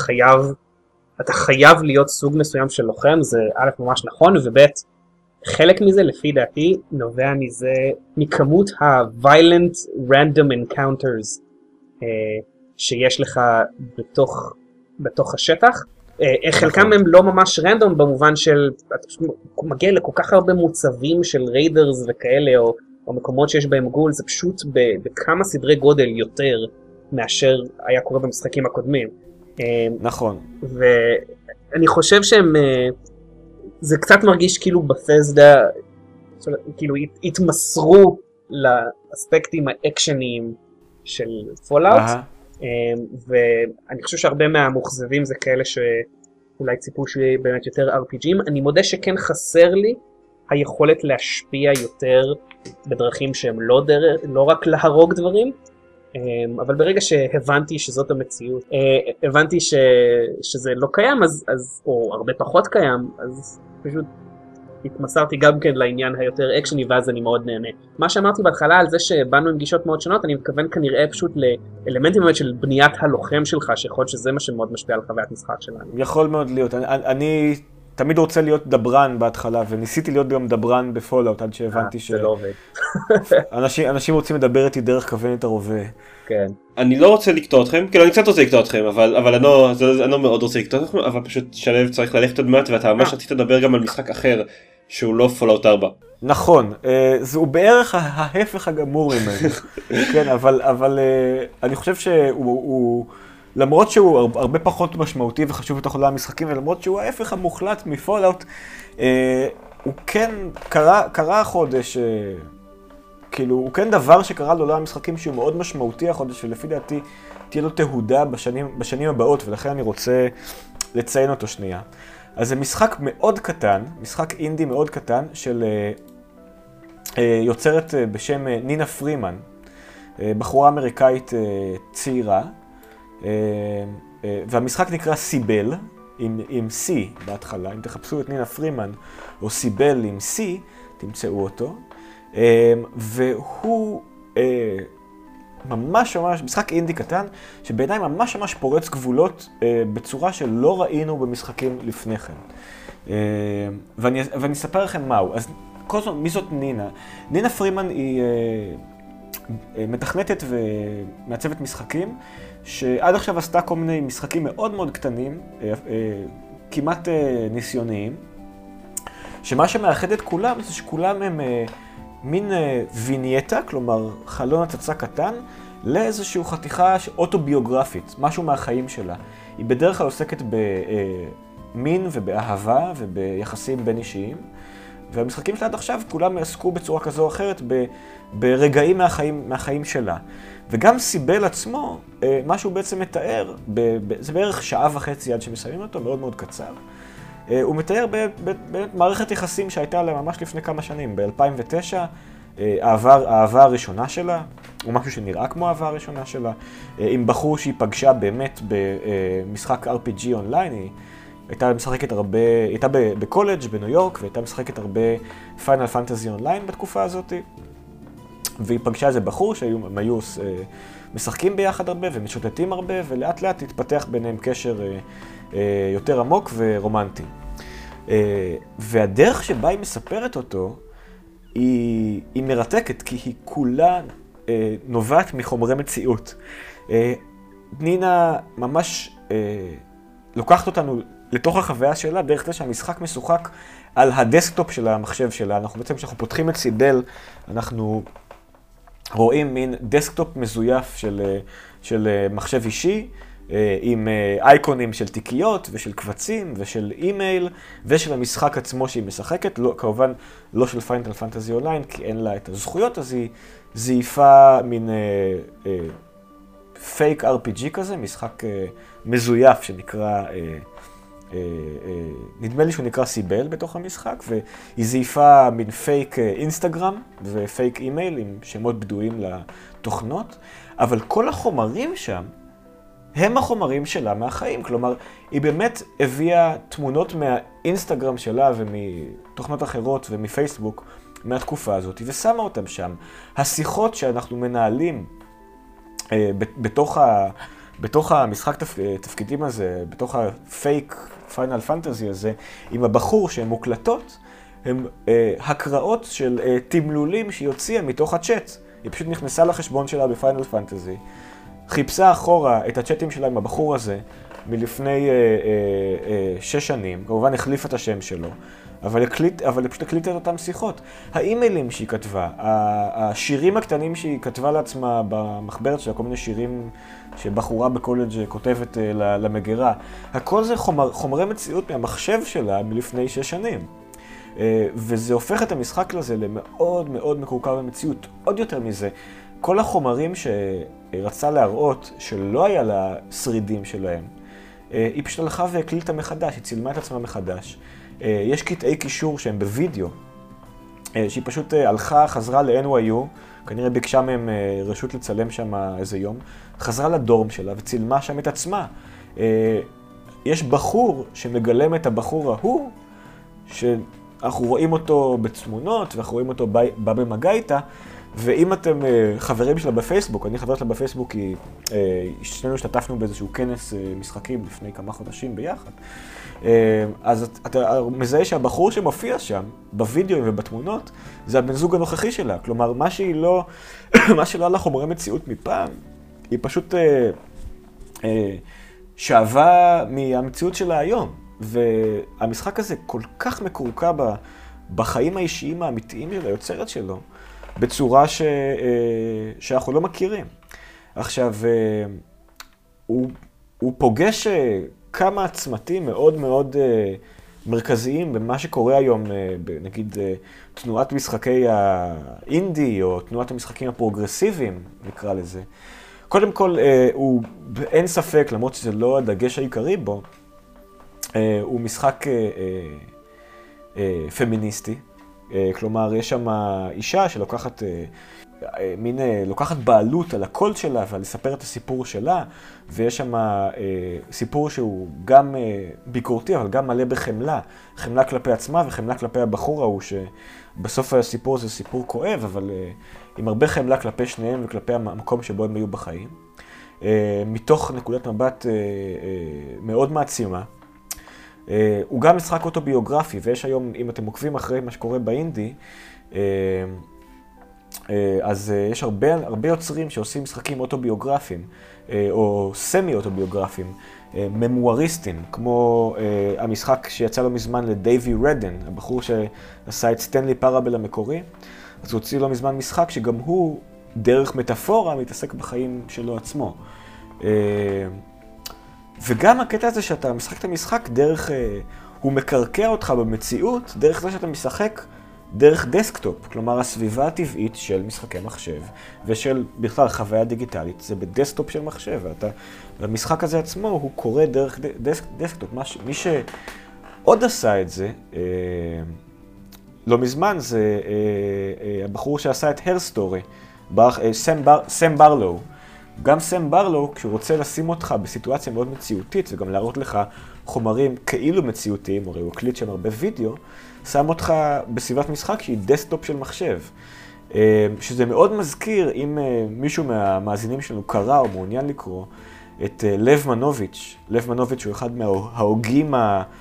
חייב להיות סוג מסוים של לוחם, זה א' ממש נכון, וב' חלק מזה לפי דעתי נובע מכמות ה-violent random encounters שיש לך בתוך השטח. חלקם הם לא ממש רנדום במובן של אתה מגיע לכל כך הרבה מוצבים של ריידרס וכאלה או מקומות שיש בהם גול, זה פשוט בכמה סדרי גודל יותר מאשר היה קורה במשחקים הקודמים. נכון. ואני חושב זה קצת מרגיש כאילו בת'סדה, כאילו התמסרו לאספקטים האקשניים של פולאאוט, ואני חושב שהרבה מהמוחזבים זה כאלה שאולי ציפו שיהיה באמת יותר RPGים. אני מודה שכן חסר לי היכולת להשפיע יותר בדרכים שהם לא רק להרוג דברים, אבל ברגע שהבנתי שזאת המציאות, הבנתי שזה לא קיים, או הרבה פחות קיים, אז פשוט התמסרתי גם כן לעניין היותר אקשני, ואז אני מאוד נהנה. מה שאמרתי בהתחלה על זה שבאנו עם גישות מאוד שונות, אני מתכוון כנראה פשוט לאלמנטים באמת של בניית הלוחם שלך, שיכול להיות שזה מה שמאוד משפיע על חוויית משחק שלנו. יכול מאוד להיות. אני תמיד רוצה להיות דברן בהתחלה, וניסיתי להיות גם דברן בפולאאוט, עד שהבנתי זה לא עובד. אנשים רוצים לדבר איתי דרך כוונת הרובה. כן. אני לא רוצה לקטוע אתכם, כאילו אני קצת רוצה לקטוע אתכם, אבל אני לא מאוד רוצה לקטוע אתכם, אבל פשוט שלב צריך ללכת עוד מעט, ואתה ממש רצית לדבר גם על משחק אחר, שהוא לא פולאאוט 4. נכון, זהו בערך ההפך הגמור ממנו. כן, אבל אני חושב שהוא, למרות שהוא הרבה פחות משמעותי וחשוב בתוך עולם המשחקים, ולמרות שהוא ההפך המוחלט מפולאאוט, הוא כן קרה החודש, כאילו, הוא כן דבר שקרה לעולם המשחקים שהוא מאוד משמעותי החודש, ולפי דעתי תהיה לו תהודה בשנים הבאות, ולכן אני רוצה לציין אותו שנייה. אז זה משחק מאוד קטן, משחק אינדי מאוד קטן, של יוצרת בשם נינה פרימן, בחורה אמריקאית צעירה, והמשחק נקרא סיבל, עם C בהתחלה. אם תחפשו את נינה פרימן או סיבל עם C, תמצאו אותו. והוא ממש משחק אינדי קטן, שבעיניי ממש פורץ גבולות בצורה שלא ראינו במשחקים לפני כן. ואני אספר לכם מהו. אז כל זאת, מי זאת נינה? נינה פרימן היא מתכנתת ומעצבת משחקים, שעד עכשיו עשתה כל מיני משחקים מאוד מאוד קטנים, כמעט ניסיוניים, שמה שמאחד את כולם זה שכולם הם מין וינייטה, כלומר חלון הצצה קטן, לאיזושהי חתיכה אוטוביוגרפית, משהו מהחיים שלה. היא בדרך כלל עוסקת במין ובאהבה וביחסים בין אישיים, והמשחקים שלה עד עכשיו כולם עסקו בצורה כזו או אחרת ברגעים מהחיים שלה. וגם סיבל עצמו, מה שהוא בעצם מתאר, זה בערך שעה וחצי עד שמסיימים אותו, מאוד מאוד קצר. הוא מתאר במערכת יחסים שהייתה לה ממש לפני כמה שנים, ב-2009, האהבה הראשונה שלה, או משהו שנראה כמו האהבה הראשונה שלה, עם בחור שהיא פגשה באמת במשחק RPG אונליין, היא הייתה משחקת הרבה, היא הייתה בקולג' בניו יורק, והייתה משחקת הרבה פיינל פנטזי אונליין בתקופה הזאת. והיא פגשה איזה בחור שהם היו משחקים ביחד הרבה ומשוטטים הרבה, ולאט לאט התפתח ביניהם קשר יותר עמוק ורומנטי. והדרך שבה היא מספרת אותו היא מרתקת, כי היא כולה נובעת מחומרי מציאות. נינה ממש לוקחת אותנו לתוך החוויה שלה, דרך זה שהמשחק משוחק על הדסקטופ של המחשב שלה. אנחנו בעצם, כשאנחנו פותחים את סיבל, אנחנו רואים מין דסקטופ מזויף של מחשב אישי, עם אייקונים של תיקיות ושל קבצים ושל אימייל ושל המשחק עצמו שהיא משחקת. לא, כמובן לא של פיינל פנטזי אונליין, כי אין לה את הזכויות, אז היא זייפה מין פייק RPG כזה, משחק מזויף שנקרא, נדמה לי שהוא נקרא סיבל בתוך המשחק, והיא זייפה מין פייק אינסטגרם ופייק אימייל עם שמות בדויים לתוכנות, אבל כל החומרים שם הם החומרים שלה מהחיים. כלומר, היא באמת הביאה תמונות מהאינסטגרם שלה ומתוכנות אחרות ומפייסבוק מהתקופה הזאת, ושמה אותם שם. השיחות שאנחנו מנהלים בתוך המשחק תפקידים הזה, בתוך הפייק פיינל פנטזי הזה, עם הבחור שהן מוקלטות, הם הקראות של תמלולים שהיא הוציאה מתוך הצ'אט. היא פשוט נכנסה לחשבון שלה בפיינל פנטזי, חיפשה אחורה את הצ'אטים שלה עם הבחור הזה מלפני 6 שנים, כמובן החליף את השם שלו, אבל היא פשוט הקליטה את אותם שיחות. האימיילים שהיא כתבה, השירים הקטנים שהיא כתבה לעצמה במחברת שלה, כל מיני שירים שבחורה בקולג' כותבת למגירה, הכל זה חומרי מציאות מהמחשב שלה מלפני 6 שנים. וזה הופך את המשחק לזה למאוד מאוד מקורקע במציאות. עוד יותר מזה, כל החומרים שרצה להראות שלא היה לה שרידים שלהם, היא פשוט הלכה והקליטה מחדש, היא צילמה את עצמה מחדש. יש קטעי קישור שהם בווידאו, שהיא פשוט הלכה, חזרה ל-NYU, כנראה ביקשה מהם רשות לצלם שם איזה יום, חזרה לדורם שלה וצילמה שם את עצמה. יש בחור שמגלם את הבחור ההוא, שאנחנו רואים אותו בתמונות ואנחנו רואים אותו בא במגע איתה, ואם אתם חברים שלה בפייסבוק, אני חבר שלה בפייסבוק כי שנינו השתתפנו באיזשהו כנס משחקים לפני כמה חודשים ביחד, אז אתה מזהה שהבחור שמופיע שם, בווידאו ובתמונות, זה הבן זוג הנוכחי שלה. כלומר, מה שלא על החומרי מציאות מפעם, היא פשוט שאבה מהמציאות שלה היום. והמשחק הזה כל כך מקורקע בחיים האישיים האמיתיים של היוצרת שלו, בצורה שאנחנו לא מכירים. עכשיו, הוא פוגש כמה צמתים מאוד מאוד מרכזיים במה שקורה היום, נגיד תנועת משחקי האינדי, או תנועת המשחקים הפרוגרסיביים, נקרא לזה. קודם כל, הוא אין ספק, למרות שזה לא הדגש העיקרי בו, הוא משחק פמיניסטי. כלומר, יש שם אישה שלוקחת לוקחת בעלות על הקול שלה ועל לספר את הסיפור שלה, ויש שם סיפור שהוא גם ביקורתי, אבל גם מלא בחמלה. חמלה כלפי עצמה וחמלה כלפי הבחור ההוא, שבסוף הסיפור זה סיפור כואב, אבל עם הרבה חמלה כלפי שניהם וכלפי המקום שבו הם היו בחיים. מתוך נקודת מבט מאוד מעצימה. הוא גם משחק אוטוביוגרפי, ויש היום, אם אתם עוקבים אחרי מה שקורה באינדי, אז יש הרבה יוצרים שעושים משחקים אוטוביוגרפיים, או סמי-אוטוביוגרפיים, ממואריסטים, כמו המשחק שיצא לו מזמן לדייבי רדן, הבחור שעשה את סטנלי פאראבל המקורי, אז הוא הוציא לו מזמן משחק שגם הוא, דרך מטאפורה, מתעסק בחיים שלו עצמו. וגם הקטע הזה שאתה משחק את המשחק דרך, הוא מקרקע אותך במציאות, דרך זה שאתה משחק דרך דסקטופ. כלומר, הסביבה הטבעית של משחקי מחשב, ושל בכלל חוויה דיגיטלית, זה בדסקטופ של מחשב. והמשחק הזה עצמו הוא קורא דרך דסקטופ. מי שעוד עשה את זה, לא מזמן, זה הבחור שעשה את Her Story, סם ברלו. גם סם ברלו, כשהוא רוצה לשים אותך בסיטואציה מאוד מציאותית, וגם להראות לך חומרים כאילו מציאותיים, הרי הוא הקליט שם הרבה וידאו, שם אותך בסביבת משחק שהיא דסקטופ של מחשב. שזה מאוד מזכיר, אם מישהו מהמאזינים שלנו קרא או מעוניין לקרוא, את לב מנוביץ'. לב מנוביץ' הוא אחד מההוגים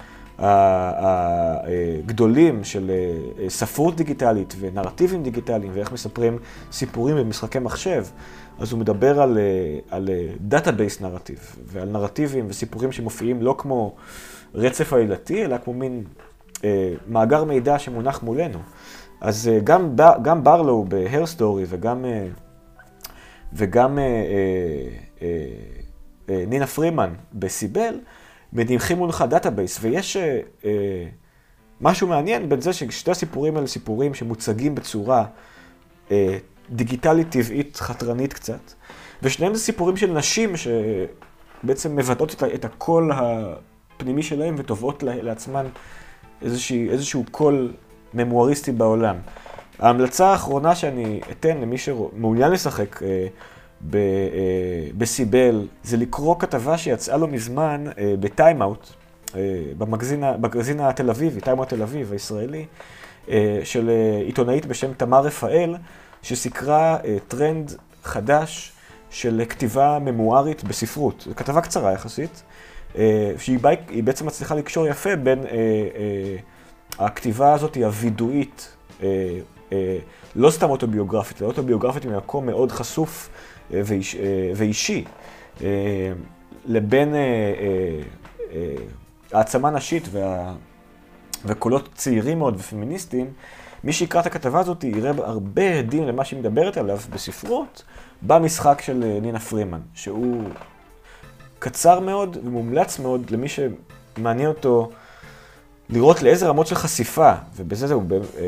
הגדולים של ספרות דיגיטלית ונרטיבים דיגיטליים, ואיך מספרים סיפורים במשחקי מחשב. אז הוא מדבר על דאטאבייס נרטיב, ועל נרטיבים וסיפורים שמופיעים לא כמו רצף עלילתי, אלא כמו מין מאגר מידע שמונח מולנו. אז גם ברלו בהר סטורי וגם נינה פרימן בסיבל, מניחים מולך דאטאבייס, ויש משהו מעניין בין זה ששתי הסיפורים האלה סיפורים שמוצגים בצורה דיגיטלית טבעית, חתרנית קצת, ושניהם זה סיפורים של נשים שבעצם מבטאות את הקול הפנימי שלהם ותובעות לעצמן איזשהו קול ממואריסטי בעולם. ההמלצה האחרונה שאני אתן למי שמעוניין לשחק בסיבל, זה לקרוא כתבה שיצאה לו מזמן בטיימאוט, במגזין התל אביבי, טיימאוט תל אביב הישראלי, של עיתונאית בשם תמר רפאל, שסיקרה טרנד חדש של כתיבה ממוארית בספרות. זו כתבה קצרה יחסית, שהיא בעצם מצליחה לקשור יפה בין הכתיבה הזאת הווידואית, לא סתם אוטוביוגרפית, אלא אוטוביוגרפית ממקום מאוד חשוף ואישי, לבין העצמה נשית וקולות צעירים מאוד ופמיניסטיים. מי שיקרא את הכתבה הזאת יראה הרבה עדים למה שהיא מדברת עליו בספרות, במשחק של נינה פרימן, שהוא קצר מאוד ומומלץ מאוד למי שמעניין אותו לראות לאיזה רמות של חשיפה, ובזה זהו,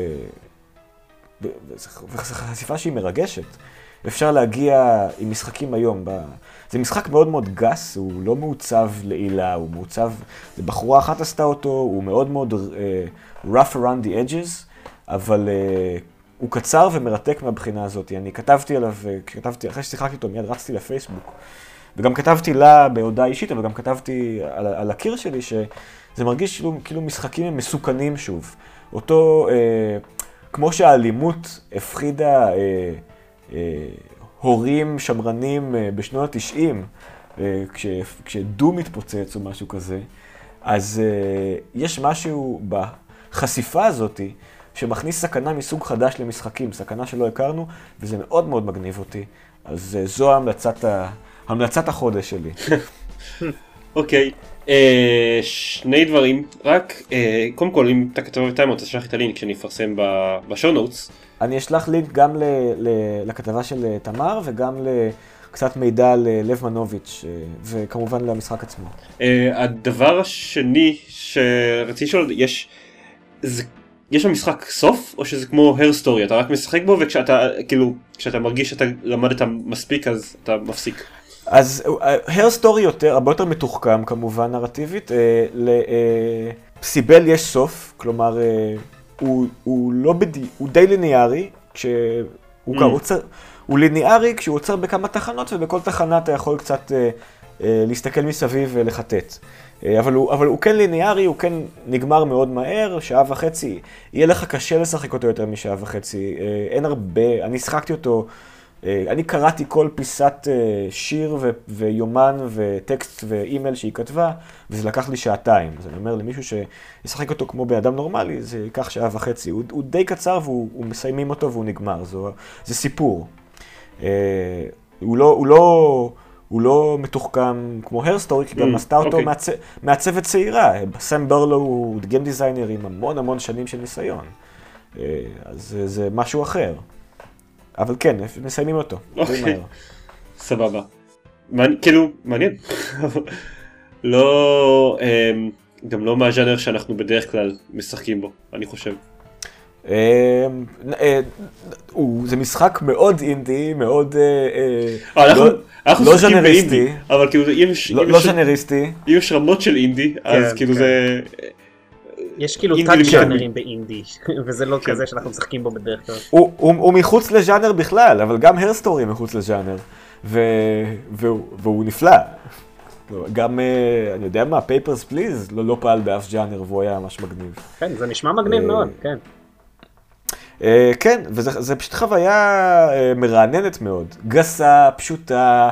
חשיפה שהיא מרגשת. אפשר להגיע עם משחקים היום. זה משחק מאוד מאוד גס, הוא לא מעוצב לעילה, הוא מעוצב, בחורה אחת עשתה אותו, הוא מאוד מאוד rough around the edges, אבל הוא קצר ומרתק מהבחינה הזאת. אני כתבתי עליו, אחרי ששיחקתי אותו מיד רצתי לפייסבוק, וגם כתבתי לה בהודעה אישית, אבל גם כתבתי על הקיר שלי, שזה מרגיש כאילו משחקים הם מסוכנים שוב. אותו, כמו שהאלימות הפחידה הורים שמרנים בשנות ה-90, כשדום מתפוצץ או משהו כזה, אז יש משהו בחשיפה הזאת שמכניס סכנה מסוג חדש למשחקים, סכנה שלא הכרנו, וזה מאוד מאוד מגניב אותי. אז זו המלצת החודש שלי. אוקיי, שני דברים, רק קודם כל אם אתה כתבה בטיימאוט, אז שלח את הלינק שאני אפרסם בשואו נוטס. אני אשלח לינק גם לכתבה של תמר וגם קצת מידע על לב מנוביץ' וכמובן למשחק עצמו. הדבר השני שרציתי לשאול, יש במשחק סוף או שזה כמו הר סטורי, אתה רק משחק בו וכשאתה מרגיש שאתה למדת מספיק אז אתה מפסיק? אז הר סטורי הרבה יותר מתוחכם כמובן נרטיבית, לסיבל יש סוף, כלומר הוא די ליניארי, הוא ליניארי כשהוא עוצר בכמה תחנות ובכל תחנה אתה יכול קצת להסתכל מסביב ולחטט. אבל הוא כן ליניארי, הוא כן נגמר מאוד מהר, שעה וחצי, יהיה לך קשה לשחק אותו יותר משעה וחצי, אין הרבה, אני שחקתי אותו, אני קראתי כל פיסת שיר ויומן וטקסט ואימייל שהיא כתבה, וזה לקח לי שעתיים. אז אני אומר למישהו שישחק אותו כמו באדם נורמלי, זה ייקח שעה וחצי. הוא די קצר והוא מסיימים אותו והוא נגמר, זה סיפור. הוא לא מתוחכם כמו הר סטורי, כי גם עשתה אותו מעצבת צעירה. סם ברלו הוא גיים דיזיינר עם המון המון שנים של ניסיון. אז זה משהו אחר. אבל כן, מסיימים אותו. אוקיי, סבבה. כאילו, מעניין. לא, גם לא מהז'אנר שאנחנו בדרך כלל משחקים בו, אני חושב. זה משחק מאוד אינדי, מאוד לא ז'אנריסטי. אבל כאילו, לא ז'אנריסטי. אם יש רמות של אינדי, אז כאילו זה... יש כאילו תת ז'אנרים באינדי, וזה לא כזה שאנחנו משחקים בו בדרך כלל. הוא מחוץ לז'אנר בכלל, אבל גם הר סטורי מחוץ לז'אנר, והוא נפלא. גם, אני יודע מה, Papers, Please לא פעל באף ז'אנר, והוא היה ממש מגניב. כן, זה נשמע מגניב מאוד, כן. כן, וזה פשוט חוויה מרעננת מאוד. גסה, פשוטה,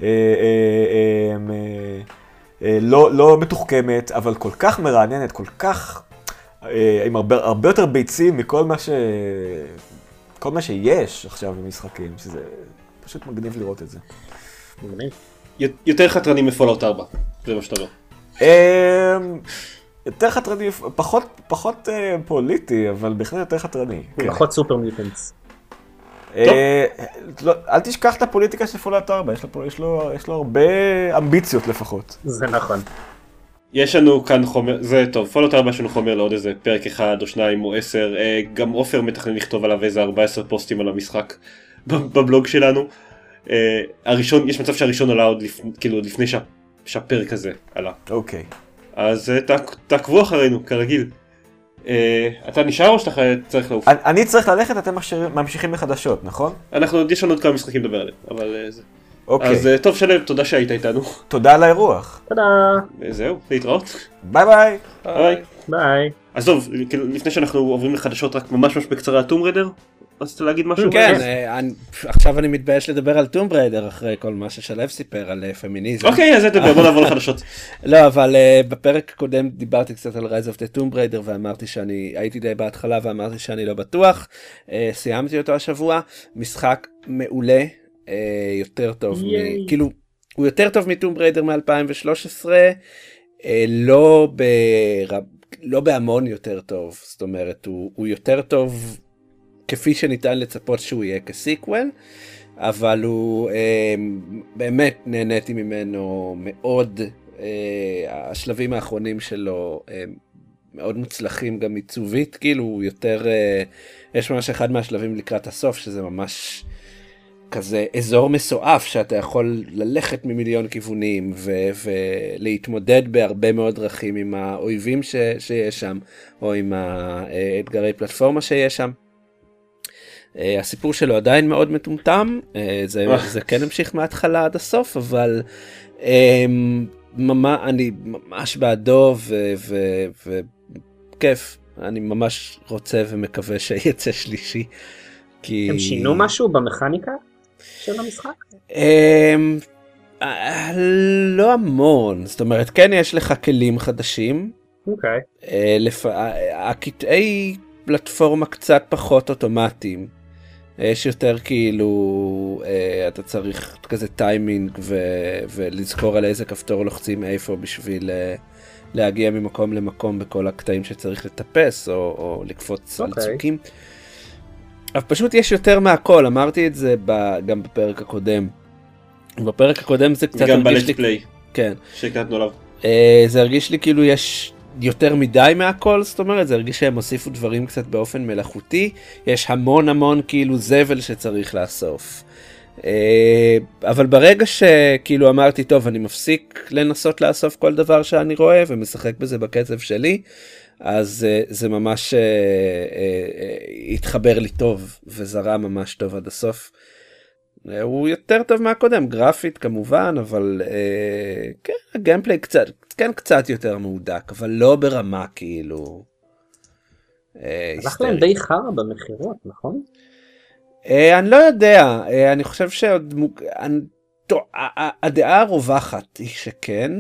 לא מתוחכמת, אבל כל כך מרעננת, כל כך, עם הרבה יותר ביצים מכל מה שיש עכשיו במשחקים, שזה פשוט מגניב לראות את זה. מגניב. יותר חתרני מפולאוט 4, זה מה שאתה אומר. יותר חתרני, פחות פוליטי, אבל בהחלט יותר חתרני. פחות סופר מיוטנטס. אל תשכח את הפוליטיקה של פולאוט 4, יש לו הרבה אמביציות לפחות. זה נכון. יש לנו כאן חומר, זה טוב, פולאוט 4 יש לנו חומר לעוד איזה פרק 1 או 2 או 10, גם עופר מתכנן לכתוב עליו איזה 14 פוסטים על המשחק בבלוג שלנו. הראשון, יש מצב שהראשון עלה עוד לפני שהפרק הזה עלה. אוקיי. אז תעקבו אחרינו, כרגיל. אתה נשאר או שאתה צריך לעוף? אני צריך ללכת, אתם ממשיכים לחדשות, נכון? יש לנו עוד כמה משחקים לדבר עליהם, אבל זה... אוקיי. אז טוב שלב, תודה שהיית איתנו. תודה על האירוח. תודה. זהו, להתראות. ביי ביי. ביי. ביי. אז טוב, לפני שאנחנו עוברים לחדשות, רק ממש בקצרה, טום ריידר? רצית להגיד משהו? כן, עכשיו אני מתבייש לדבר על טום ריידר אחרי כל מה ששלב סיפר על פמיניזם. אוקיי, אז נדבר, בוא נעבור לחדשות. לא, אבל בפרק הקודם דיברתי קצת על Rise of the Tomb Raider ואמרתי שאני הייתי די בהתחלה ואמרתי שאני לא בטוח. סיימתי אותו השבוע, משחק מעולה, יותר טוב, כאילו הוא יותר טוב מטום ריידר מ-2013, לא בהמון יותר טוב, זאת אומרת הוא יותר טוב כפי שניתן לצפות שהוא יהיה כסיקוול, אבל הוא באמת נהניתי ממנו מאוד, השלבים האחרונים שלו מאוד מוצלחים גם עיצובית, כאילו הוא יותר, יש ממש אחד מהשלבים לקראת הסוף שזה ממש כזה אזור מסועף שאתה יכול ללכת ממיליון כיוונים ולהתמודד בהרבה מאוד דרכים עם האויבים שיש שם או עם האתגרי פלטפורמה שיש שם. הסיפור שלו עדיין מאוד מטומטם, זה כן המשיך מההתחלה עד הסוף, אבל אני ממש בעדו וכיף, אני ממש רוצה ומקווה שיצא שלישי. הם שינו משהו במכניקה של המשחק? לא המון, זאת אומרת כן יש לך כלים חדשים, אוקיי. הקטעי פלטפורמה קצת פחות אוטומטיים, יש יותר כאילו אתה צריך כזה טיימינג ולזכור על איזה כפתור לוחצים איפה בשביל להגיע ממקום למקום בכל הקטעים שצריך לטפס או לקפוץ על צוקים. אבל פשוט יש יותר מהכל, אמרתי את זה גם בפרק הקודם. בפרק הקודם זה קצת גם בלט פליי. כן. שקלטנו עליו. זה הרגיש לי כאילו יש יותר מדי מהכל, זאת אומרת, זה הרגיש שהם הוסיפו דברים קצת באופן מלאכותי, יש המון כאילו זבל שצריך לאסוף. אבל ברגע שכאילו אמרתי, טוב, אני מפסיק לנסות לאסוף כל דבר שאני רואה ומשחק בזה בקצב שלי, אז זה ממש התחבר לי טוב וזרה ממש טוב עד הסוף. הוא יותר טוב מהקודם, גרפית כמובן, אבל כן, הגיימפליי קצת יותר מהודק, אבל לא ברמה כאילו הלך להם די חרא במחירות, נכון? אני לא יודע, אני חושב הדעה הרווחת היא שכן,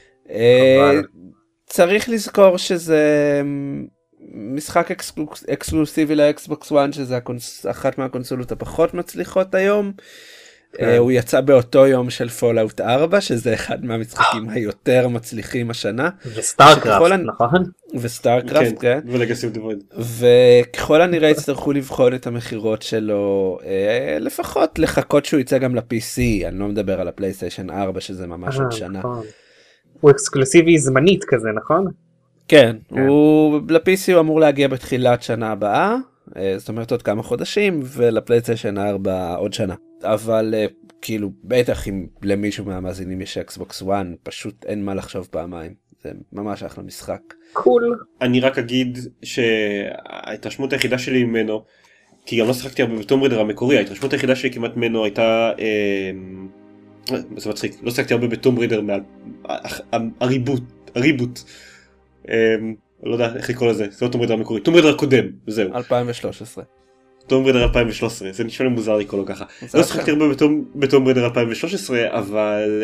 צריך לזכור שזה משחק אקסקלוסיבי לאקסבוקס 1, שזה אחת מהקונסולות הפחות מצליחות היום. הוא יצא באותו יום של פולאוט 4, שזה אחד מהמשחקים היותר מצליחים השנה. וסטארקראפט, נכון? וסטארקראפט, כן. ולגסי דיבויד. וככל הנראה יצטרכו לבחון את המחירות שלו, לפחות לחכות שהוא יצא גם ל-PC, אני לא מדבר על הפלייסטיישן 4, שזה ממש עוד שנה. הוא אקסקלוסיבי זמנית כזה, נכון? כן, ל-PC הוא אמור להגיע בתחילת שנה הבאה, זאת אומרת עוד כמה חודשים, ולפלייסטיישן 4 עוד שנה. אבל כאילו בטח אם למישהו מהמאזינים יש אקסבוקס 1, פשוט אין מה לחשוב פעמיים. זה ממש אחלה משחק. קול. אני רק אגיד שההתרשמות היחידה שלי ממנו, כי גם לא שחקתי הרבה בטום ריידר המקורי, ההתרשמות היחידה שלי כמעט ממנו הייתה, זה מצחיק, לא שחקתי הרבה בטום ריידר הריבוט. לא יודע איך לקרוא לזה, זה לא טום ריידר המקורי, טום ריידר הקודם, זהו. 2013. טום בריידר 2013, זה נשמע לי מוזר לקרוא לו ככה. לא שחקתי הרבה בטום בריידר 2013, אבל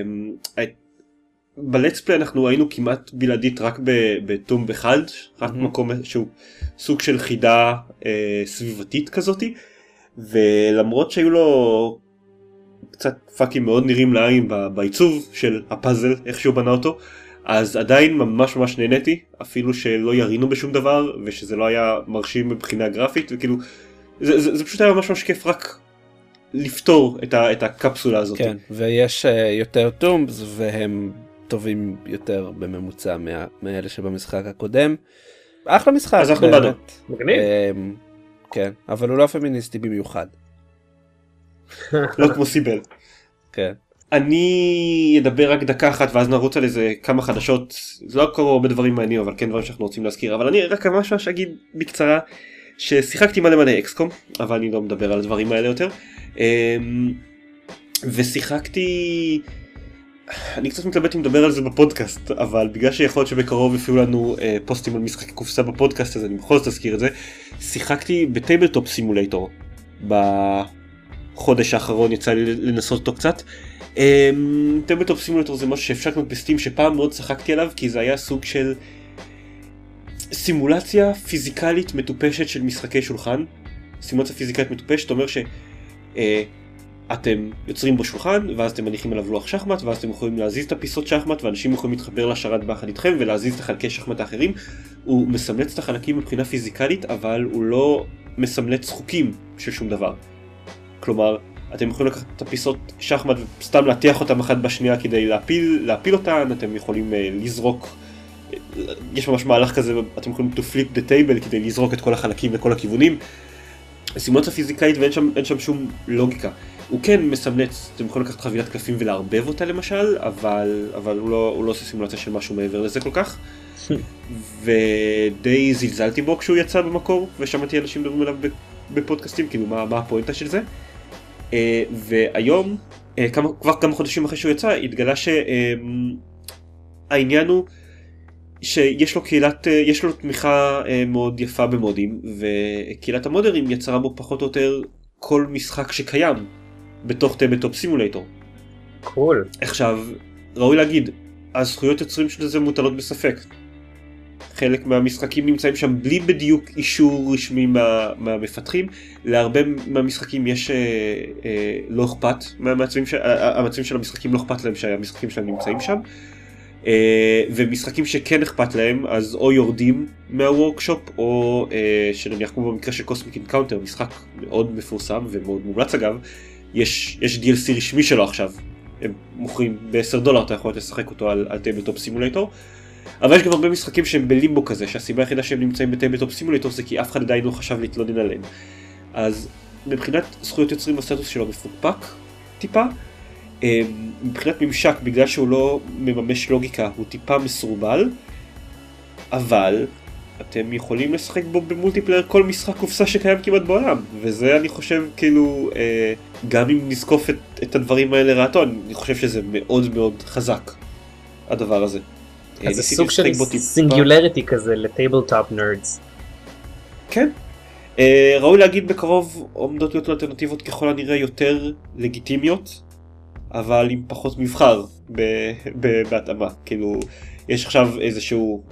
בלטספלי אנחנו היינו כמעט בלעדית רק בטום אחד, רק מקום שהוא סוג של חידה סביבתית כזאתי, ולמרות שהיו לו קצת פאקים מאוד נראים לעין בעיצוב של הפאזל, איך שהוא בנה אותו, אז עדיין ממש ממש נהניתי, אפילו שלא ירינו בשום דבר, ושזה לא היה מרשים מבחינה גרפית, וכאילו, זה פשוט היה ממש ממש כיף רק לפתור את הקפסולה הזאת. כן, ויש יותר טומבס, והם טובים יותר בממוצע מאלה שבמשחק הקודם. אחלה משחק. אז אנחנו בנו. מגניב. כן, אבל הוא לא פמיניסטי במיוחד. לא כמו סיבל. כן. אני אדבר רק דקה אחת ואז נרוץ על איזה כמה חדשות, זה לא קורה הרבה דברים מעניינים אבל כן דברים שאנחנו רוצים להזכיר, אבל אני רק ממש אגיד בקצרה ששיחקתי מלא אקסקום, אבל אני לא מדבר על הדברים האלה יותר, ושיחקתי, אני קצת מתלבט אם מדבר על זה בפודקאסט, אבל בגלל שיכול להיות שבקרוב יפיעו לנו פוסטים על משחקי קופסה בפודקאסט, אז אני בכל זאת אזכיר את זה. שיחקתי בטייבלטופ סימולטור בחודש האחרון, יצא לי לנסות אותו קצת. טייבלטופ סימולטור זה משהו שאפשר לקנות בסטים, שפעם מאוד שחקתי עליו, כי זה היה סוג של סימולציה פיזיקלית מטופשת של משחקי שולחן. סימולציה פיזיקלית מטופשת אומר שאתם יוצרים בו שולחן, ואז אתם מניחים עליו לוח שחמט, ואז אתם יכולים להזיז את הפיסות שחמט, ואנשים יכולים להתחבר לשרת ביחד איתכם ולהזיז את החלקי שחמט האחרים. הוא מסמלץ את החלקים מבחינה פיזיקלית, אבל הוא לא מסמלץ חוקים של שום דבר. כלומר, אתם יכולים לקחת את הפיסות שחמט וסתם להטיח אותם אחת בשנייה כדי להפיל אותן, אתם יכולים לזרוק, יש ממש מהלך כזה, אתם יכולים to flip the table כדי לזרוק את כל החלקים לכל הכיוונים. סימולציה פיזיקלית ואין שם שום לוגיקה. הוא כן מסמלץ, אתם יכולים לקחת חבילת קלפים ולערבב אותה למשל, אבל הוא לא עושה סימולציה של משהו מעבר לזה כל כך. ודי זלזלתי בו כשהוא יצא במקור, ושמעתי אנשים מדברים עליו בפודקאסטים, כאילו מה הפואנטה של זה. והיום, כבר כמה חודשים אחרי שהוא יצא, התגלה שהעניין הוא שיש לו תמיכה מאוד יפה במודים, וקהילת המודרים יצרה בו פחות או יותר כל משחק שקיים בתוך טייבלטופ סימולטור. קול. עכשיו, ראוי להגיד, הזכויות יוצרים של זה מוטלות בספק. חלק מהמשחקים נמצאים שם בלי בדיוק אישור רשמי מהמפתחים, להרבה מהמשחקים יש לא אכפת, המעצבים של המשחקים לא אכפת להם שהמשחקים שלהם נמצאים שם, ומשחקים שכן אכפת להם אז או יורדים מהוורקשופ, או שנניח כמו במקרה של קוסמיק אינקאונטר, משחק מאוד מפורסם ומאוד מומלץ אגב, יש DLC רשמי שלו עכשיו, הם מוכרים $10, אתה יכול לשחק אותו על טייבלטופ סימולטור. אבל יש גם הרבה משחקים שהם בלימבו כזה, שהסיבה היחידה שהם נמצאים בטייבלטופ סימולטור זה כי אף אחד עדיין לא חשב להתלונן עליהם. אז מבחינת זכויות יוצרים הסטטוס שלו מפוקפק טיפה, מבחינת ממשק בגלל שהוא לא מממש לוגיקה הוא טיפה מסורבל, אבל אתם יכולים לשחק בו במולטיפלייר כל משחק קופסה שקיים כמעט בעולם, וזה אני חושב כאילו גם אם נזקוף את הדברים האלה רעתו, אני חושב שזה מאוד מאוד חזק הדבר הזה. אז זה סוג של סינגולריטי כזה לטייבלטופ נרדס. כן. ראוי להגיד בקרוב עומדות להיות אלטרנטיבות ככל הנראה יותר לגיטימיות, אבל עם פחות מבחר בהתאמה. כאילו, יש עכשיו איזשהו,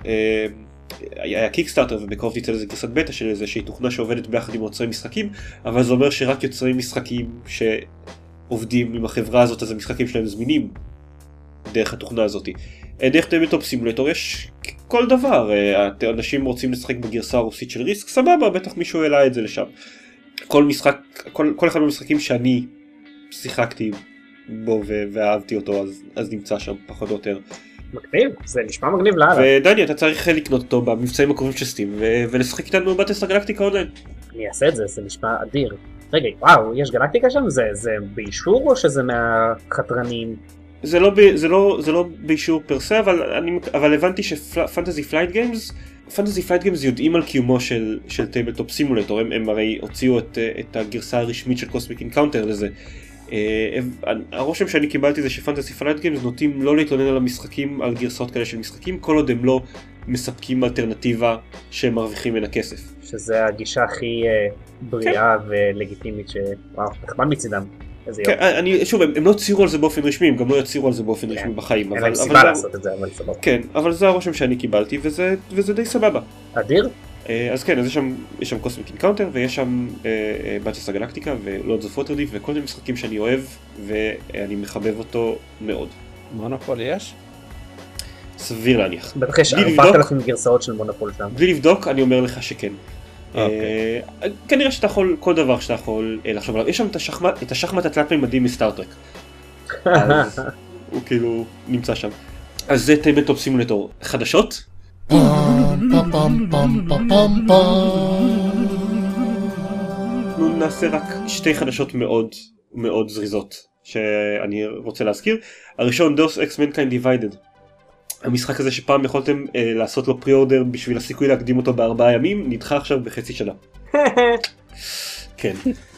היה קיקסטארטר ובקרוב תצא לזה גרסת בטא של איזושהי תוכנה שעובדת ביחד עם יוצרי משחקים, אבל זה אומר שרק יוצרי משחקים שעובדים עם החברה הזאת, אז המשחקים שלהם זמינים דרך התוכנה הזאת. דרך טייבלטופ סימולטור יש כל דבר, אנשים רוצים לשחק בגרסה הרוסית של ריסק, סבבה, בטח מישהו העלה את זה לשם. כל אחד מהמשחקים שאני שיחקתי בו ואהבתי אותו, אז נמצא שם פחות או יותר. מגניב, זה נשמע מגניב לאללה. ודני, אתה צריך לקנות אותו במבצעים הקרובים של סטים, ולשחק איתנו בבטסטר גלקטיקה אונליין. אני אעשה את זה, זה נשמע אדיר. רגע, וואו, יש גלקטיקה שם? זה באישור או שזה מהחתרנים? זה לא באישור פרסה, אבל הבנתי שפנטזי פלייט גיימס יודעים על קיומו של טייבלטופ סימולטור, הם הרי הוציאו את הגרסה הרשמית של קוסמיק אינקאונטר לזה, הרושם שאני קיבלתי זה שפנטסי פלייט גיימס נוטים לא להתלונן על המשחקים, על גרסאות כאלה של משחקים, כל עוד הם לא מספקים אלטרנטיבה שהם מרוויחים מן הכסף. שזה הגישה הכי בריאה ולגיטימית שוואו, נחמד מצידם. שוב, הם לא צירו על זה באופן רשמי, הם גם לא יצירו על זה באופן רשמי בחיים. אין להם סיבה לעשות את זה, אבל סבבה. כן, אבל זה הרושם שאני קיבלתי, וזה די סבבה. אדיר? אז כן, אז יש שם קוסמיק אינקאונטר, ויש שם באצ'ס הגלקטיקה, ולורדס אוף ווטרדיפ, וכל מיני משחקים שאני אוהב, ואני מחבב אותו מאוד. מונופול יש? סביר להניח. בטח יש 4,000 גרסאות של מונופול שם. בלי לבדוק, אני אומר לך שכן. כנראה שאתה יכול, כל דבר שאתה יכול לחשוב עליו. יש שם את השחמט התלת מימדי מסטארטרק. אז הוא כאילו נמצא שם. אז זה טייבלטופ סימולטור. חדשות? נעשה רק שתי חדשות מאוד מאוד זריזות שאני רוצה להזכיר. הראשון, Deus Ex Mankind Divided. המשחק הזה שפעם יכולתם לעשות לו פרי-אורדר בשביל הסיכוי להקדים אותו ב4 ימים, נדחה עכשיו בחצי שנה. כן.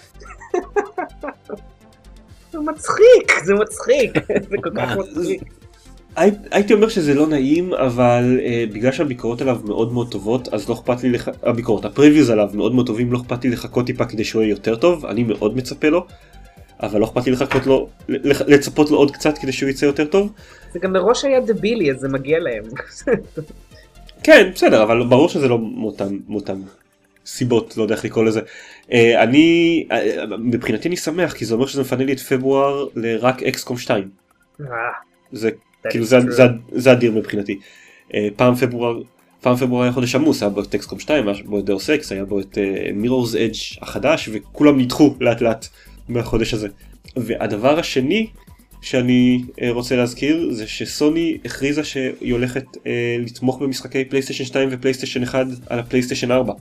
זה מצחיק, זה מצחיק. זה כל כך מצחיק. הייתי אומר שזה לא נעים, אבל בגלל שהביקורות עליו מאוד מאוד טובות, אז לא אכפת לי, הפריוויוז עליו מאוד מאוד טובים, לא אכפת לי לחכות טיפה כדי שהוא יהיה יותר טוב, אני מאוד מצפה לו, אבל לא אכפת לי לצפות לו עוד קצת כדי שהוא יצא יותר טוב. זה גם מראש היה דבילי, אז זה מגיע להם. כן, בסדר, אבל ברור שזה לא מאותן סיבות, לא יודע איך לקרוא לזה. מבחינתי אני שמח, כי זה אומר שזה מפנה לי את פברואר לרק XCOM 2. זה כאילו זה אדיר מבחינתי. פעם פברואר היה חודש עמוס, היה בו את XCOM 2, היה בו את דאוס אקס, היה בו את Mirror's Edge החדש, וכולם נדחו לאט לאט מהחודש הזה. והדבר השני שאני רוצה להזכיר זה שסוני הכריזה שהיא הולכת לתמוך במשחקי פלייסטיישן 2 ופלייסטיישן 1 על הפלייסטיישן 4.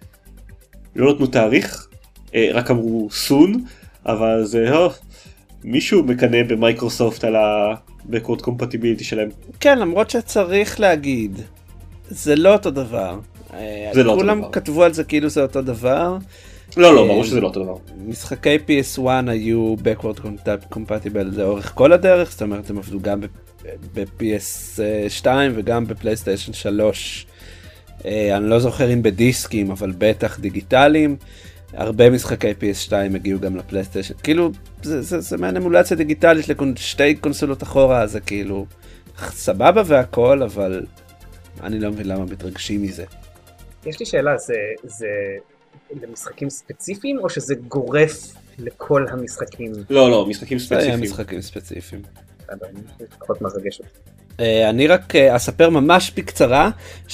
לא נתנו תאריך, רק אמרו soon, אבל זה מישהו מקנה במייקרוסופט על ה-Backward Compatibility שלהם. כן, למרות שצריך להגיד, זה לא אותו דבר. זה לא אותו כולם דבר. כתבו על זה כאילו זה אותו דבר. לא, ברור שזה לא אותו דבר. משחקי PS1 היו Backward Compatible לאורך כל הדרך, זאת אומרת הם עבדו גם ב-PS2 וגם בפלייסטיישן 3. אני לא זוכר אם בדיסקים, אבל בטח דיגיטליים. הרבה משחקי PS2 הגיעו גם לפלייסטיישן. כאילו, זה מעין אמולציה דיגיטלית לשתי קונסולות אחורה, זה כאילו סבבה והכל, אבל אני לא מבין למה מתרגשים מזה. יש לי שאלה, זה למשחקים ספציפיים, או שזה גורף לכל המשחקים? לא, משחקים ספציפיים. זה משחקים ספציפיים. פחות מרגש אותי. אני רק אספר ממש בקצרה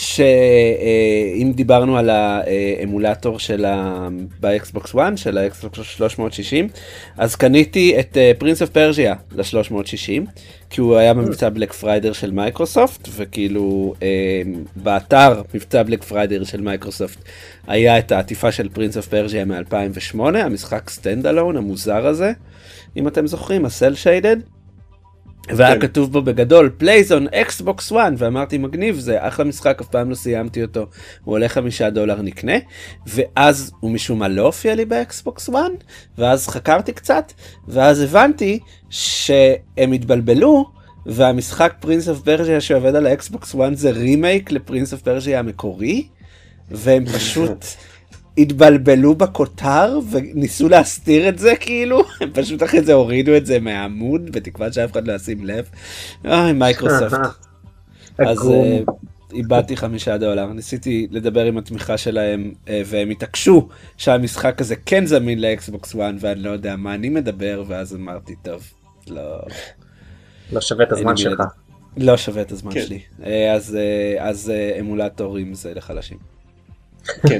שאם דיברנו על האמולטור של באקסבוקס 1 של האקסבוקס 360, אז קניתי את פרינס אוף פרז'יה ל-360 כי הוא היה במבצע בלק פריידר של מייקרוסופט, וכאילו באתר מבצע בלק פריידר של מייקרוסופט היה את העטיפה של פרינס אוף פרז'יה מ-2008, המשחק סטנד אלון המוזר הזה, אם אתם זוכרים, הסל שיידד, והיה כתוב בו בגדול Plays on Xbox One, ואמרתי מגניב, זה אחלה משחק, אף פעם לא סיימתי אותו, הוא עולה $5 נקנה, ואז הוא משום מה לא הופיע לי באקסבוקס 1, ואז חקרתי קצת, ואז הבנתי שהם התבלבלו, והמשחק פרינס אוף פרז'יה שעובד על האקסבוקס 1 זה רימייק לפרינס אוף פרז'יה המקורי, והם פשוט התבלבלו בכותר וניסו להסתיר את זה כאילו, הם פשוט אחרי זה הורידו את זה מהעמוד בתקווה שאף אחד לא ישים לב. מייקרוסופט. אז איבדתי $5, ניסיתי לדבר עם התמיכה שלהם והם התעקשו שהמשחק הזה כן זמין לאקסבוקס 1 ואני לא יודע מה אני מדבר, ואז אמרתי טוב, לא שווה את הזמן שלך. לא שווה את הזמן שלי, אז אמולטורים זה לחלשים. כן.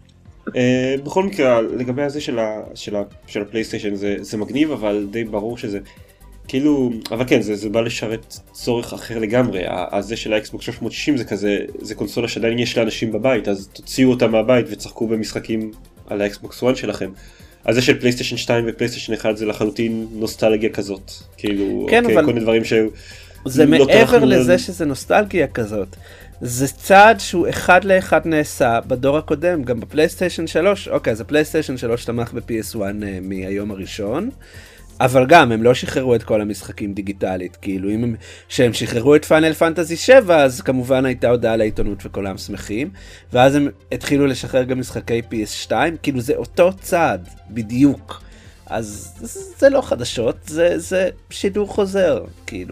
בכל מקרה, לגבי הזה של הפלייסטיישן זה מגניב, אבל די ברור שזה כאילו, אבל כן, זה בא לשרת צורך אחר לגמרי. הזה של האקסבוקס 360 זה כזה, זה קונסולה שעדיין יש לאנשים בבית, אז תוציאו אותה מהבית וצחקו במשחקים על האקסבוקס 1 שלכם. הזה של פלייסטיישן 2 ופלייסטיישן 1 זה לחלוטין נוסטלגיה כזאת, כאילו, כן, אוקיי, אבל כל מיני דברים זה מעבר לזה שזה נוסטלגיה כזאת. זה צעד שהוא אחד לאחד נעשה בדור הקודם, גם בפלייסטיישן 3, אוקיי, אז הפלייסטיישן 3 תמך ב-PS1 מהיום הראשון, אבל גם הם לא שחררו את כל המשחקים דיגיטלית, כאילו אם שהם שחררו את פיינל פנטזי 7 אז כמובן הייתה הודעה לעיתונות וכולם שמחים, ואז הם התחילו לשחרר גם משחקי PS2, כאילו זה אותו צעד בדיוק, אז זה לא חדשות, זה שידור חוזר, כאילו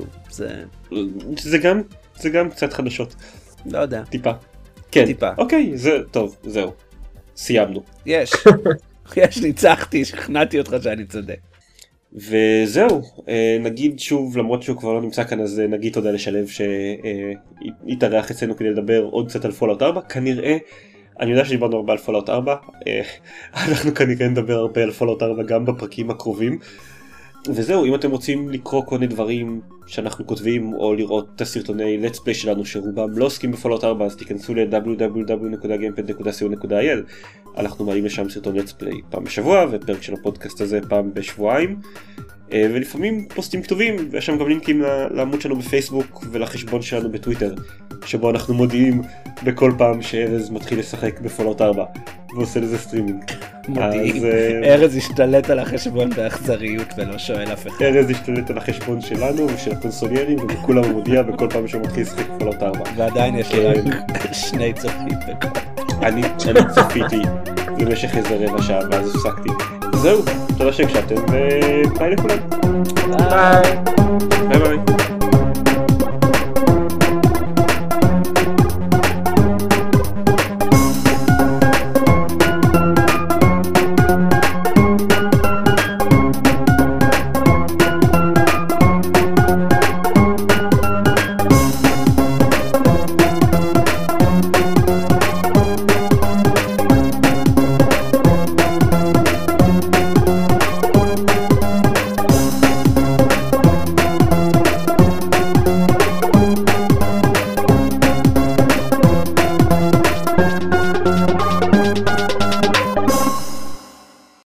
זה גם קצת חדשות. לא יודע. טיפה. כן. טיפה. אוקיי, זה טוב, זהו. סיימנו. יש, ניצחתי, שכנעתי אותך שאני צודק. וזהו, נגיד שוב, למרות שהוא כבר לא נמצא כאן, אז נגיד תודה לשלב שהתארח אצלנו כדי לדבר עוד קצת על פולאאוט 4. כנראה, אני יודע שדיברנו הרבה על פולאאוט 4, אנחנו כנראה נדבר הרבה על פולאאוט 4 גם בפרקים הקרובים. וזהו, אם אתם רוצים לקרוא כל מיני דברים שאנחנו כותבים, או לראות את הסרטוני let's play שלנו שרובם לא עוסקים בפולאאוט 4, אז תיכנסו ל-www.gamepad.co.il. אנחנו מעלים לשם סרטון let's play פעם בשבוע, ופרק של הפודקאסט הזה פעם בשבועיים, ולפעמים פוסטים כתובים, ויש שם גם לינקים לעמוד שלנו בפייסבוק ולחשבון שלנו בטוויטר, שבו אנחנו מודיעים בכל פעם שארז מתחיל לשחק בפולאאוט 4 ועושה לזה סטרימינג. מודיעים, ארז השתלט על החשבון באכזריות ולא שואל אף אחד. ארז השתלט על החשבון שלנו ושל הקונסוליירים, ובכולם הוא מודיע בכל פעם שהוא מתחיל לשחק בפולאאוט 4. ועדיין יש לי רק 2 צופים בכל. אני צפיתי במשך איזה רבע שעה ואז הפסקתי. זהו, תודה שהקשבתם וביי לכולם. ביי. ביי ביי.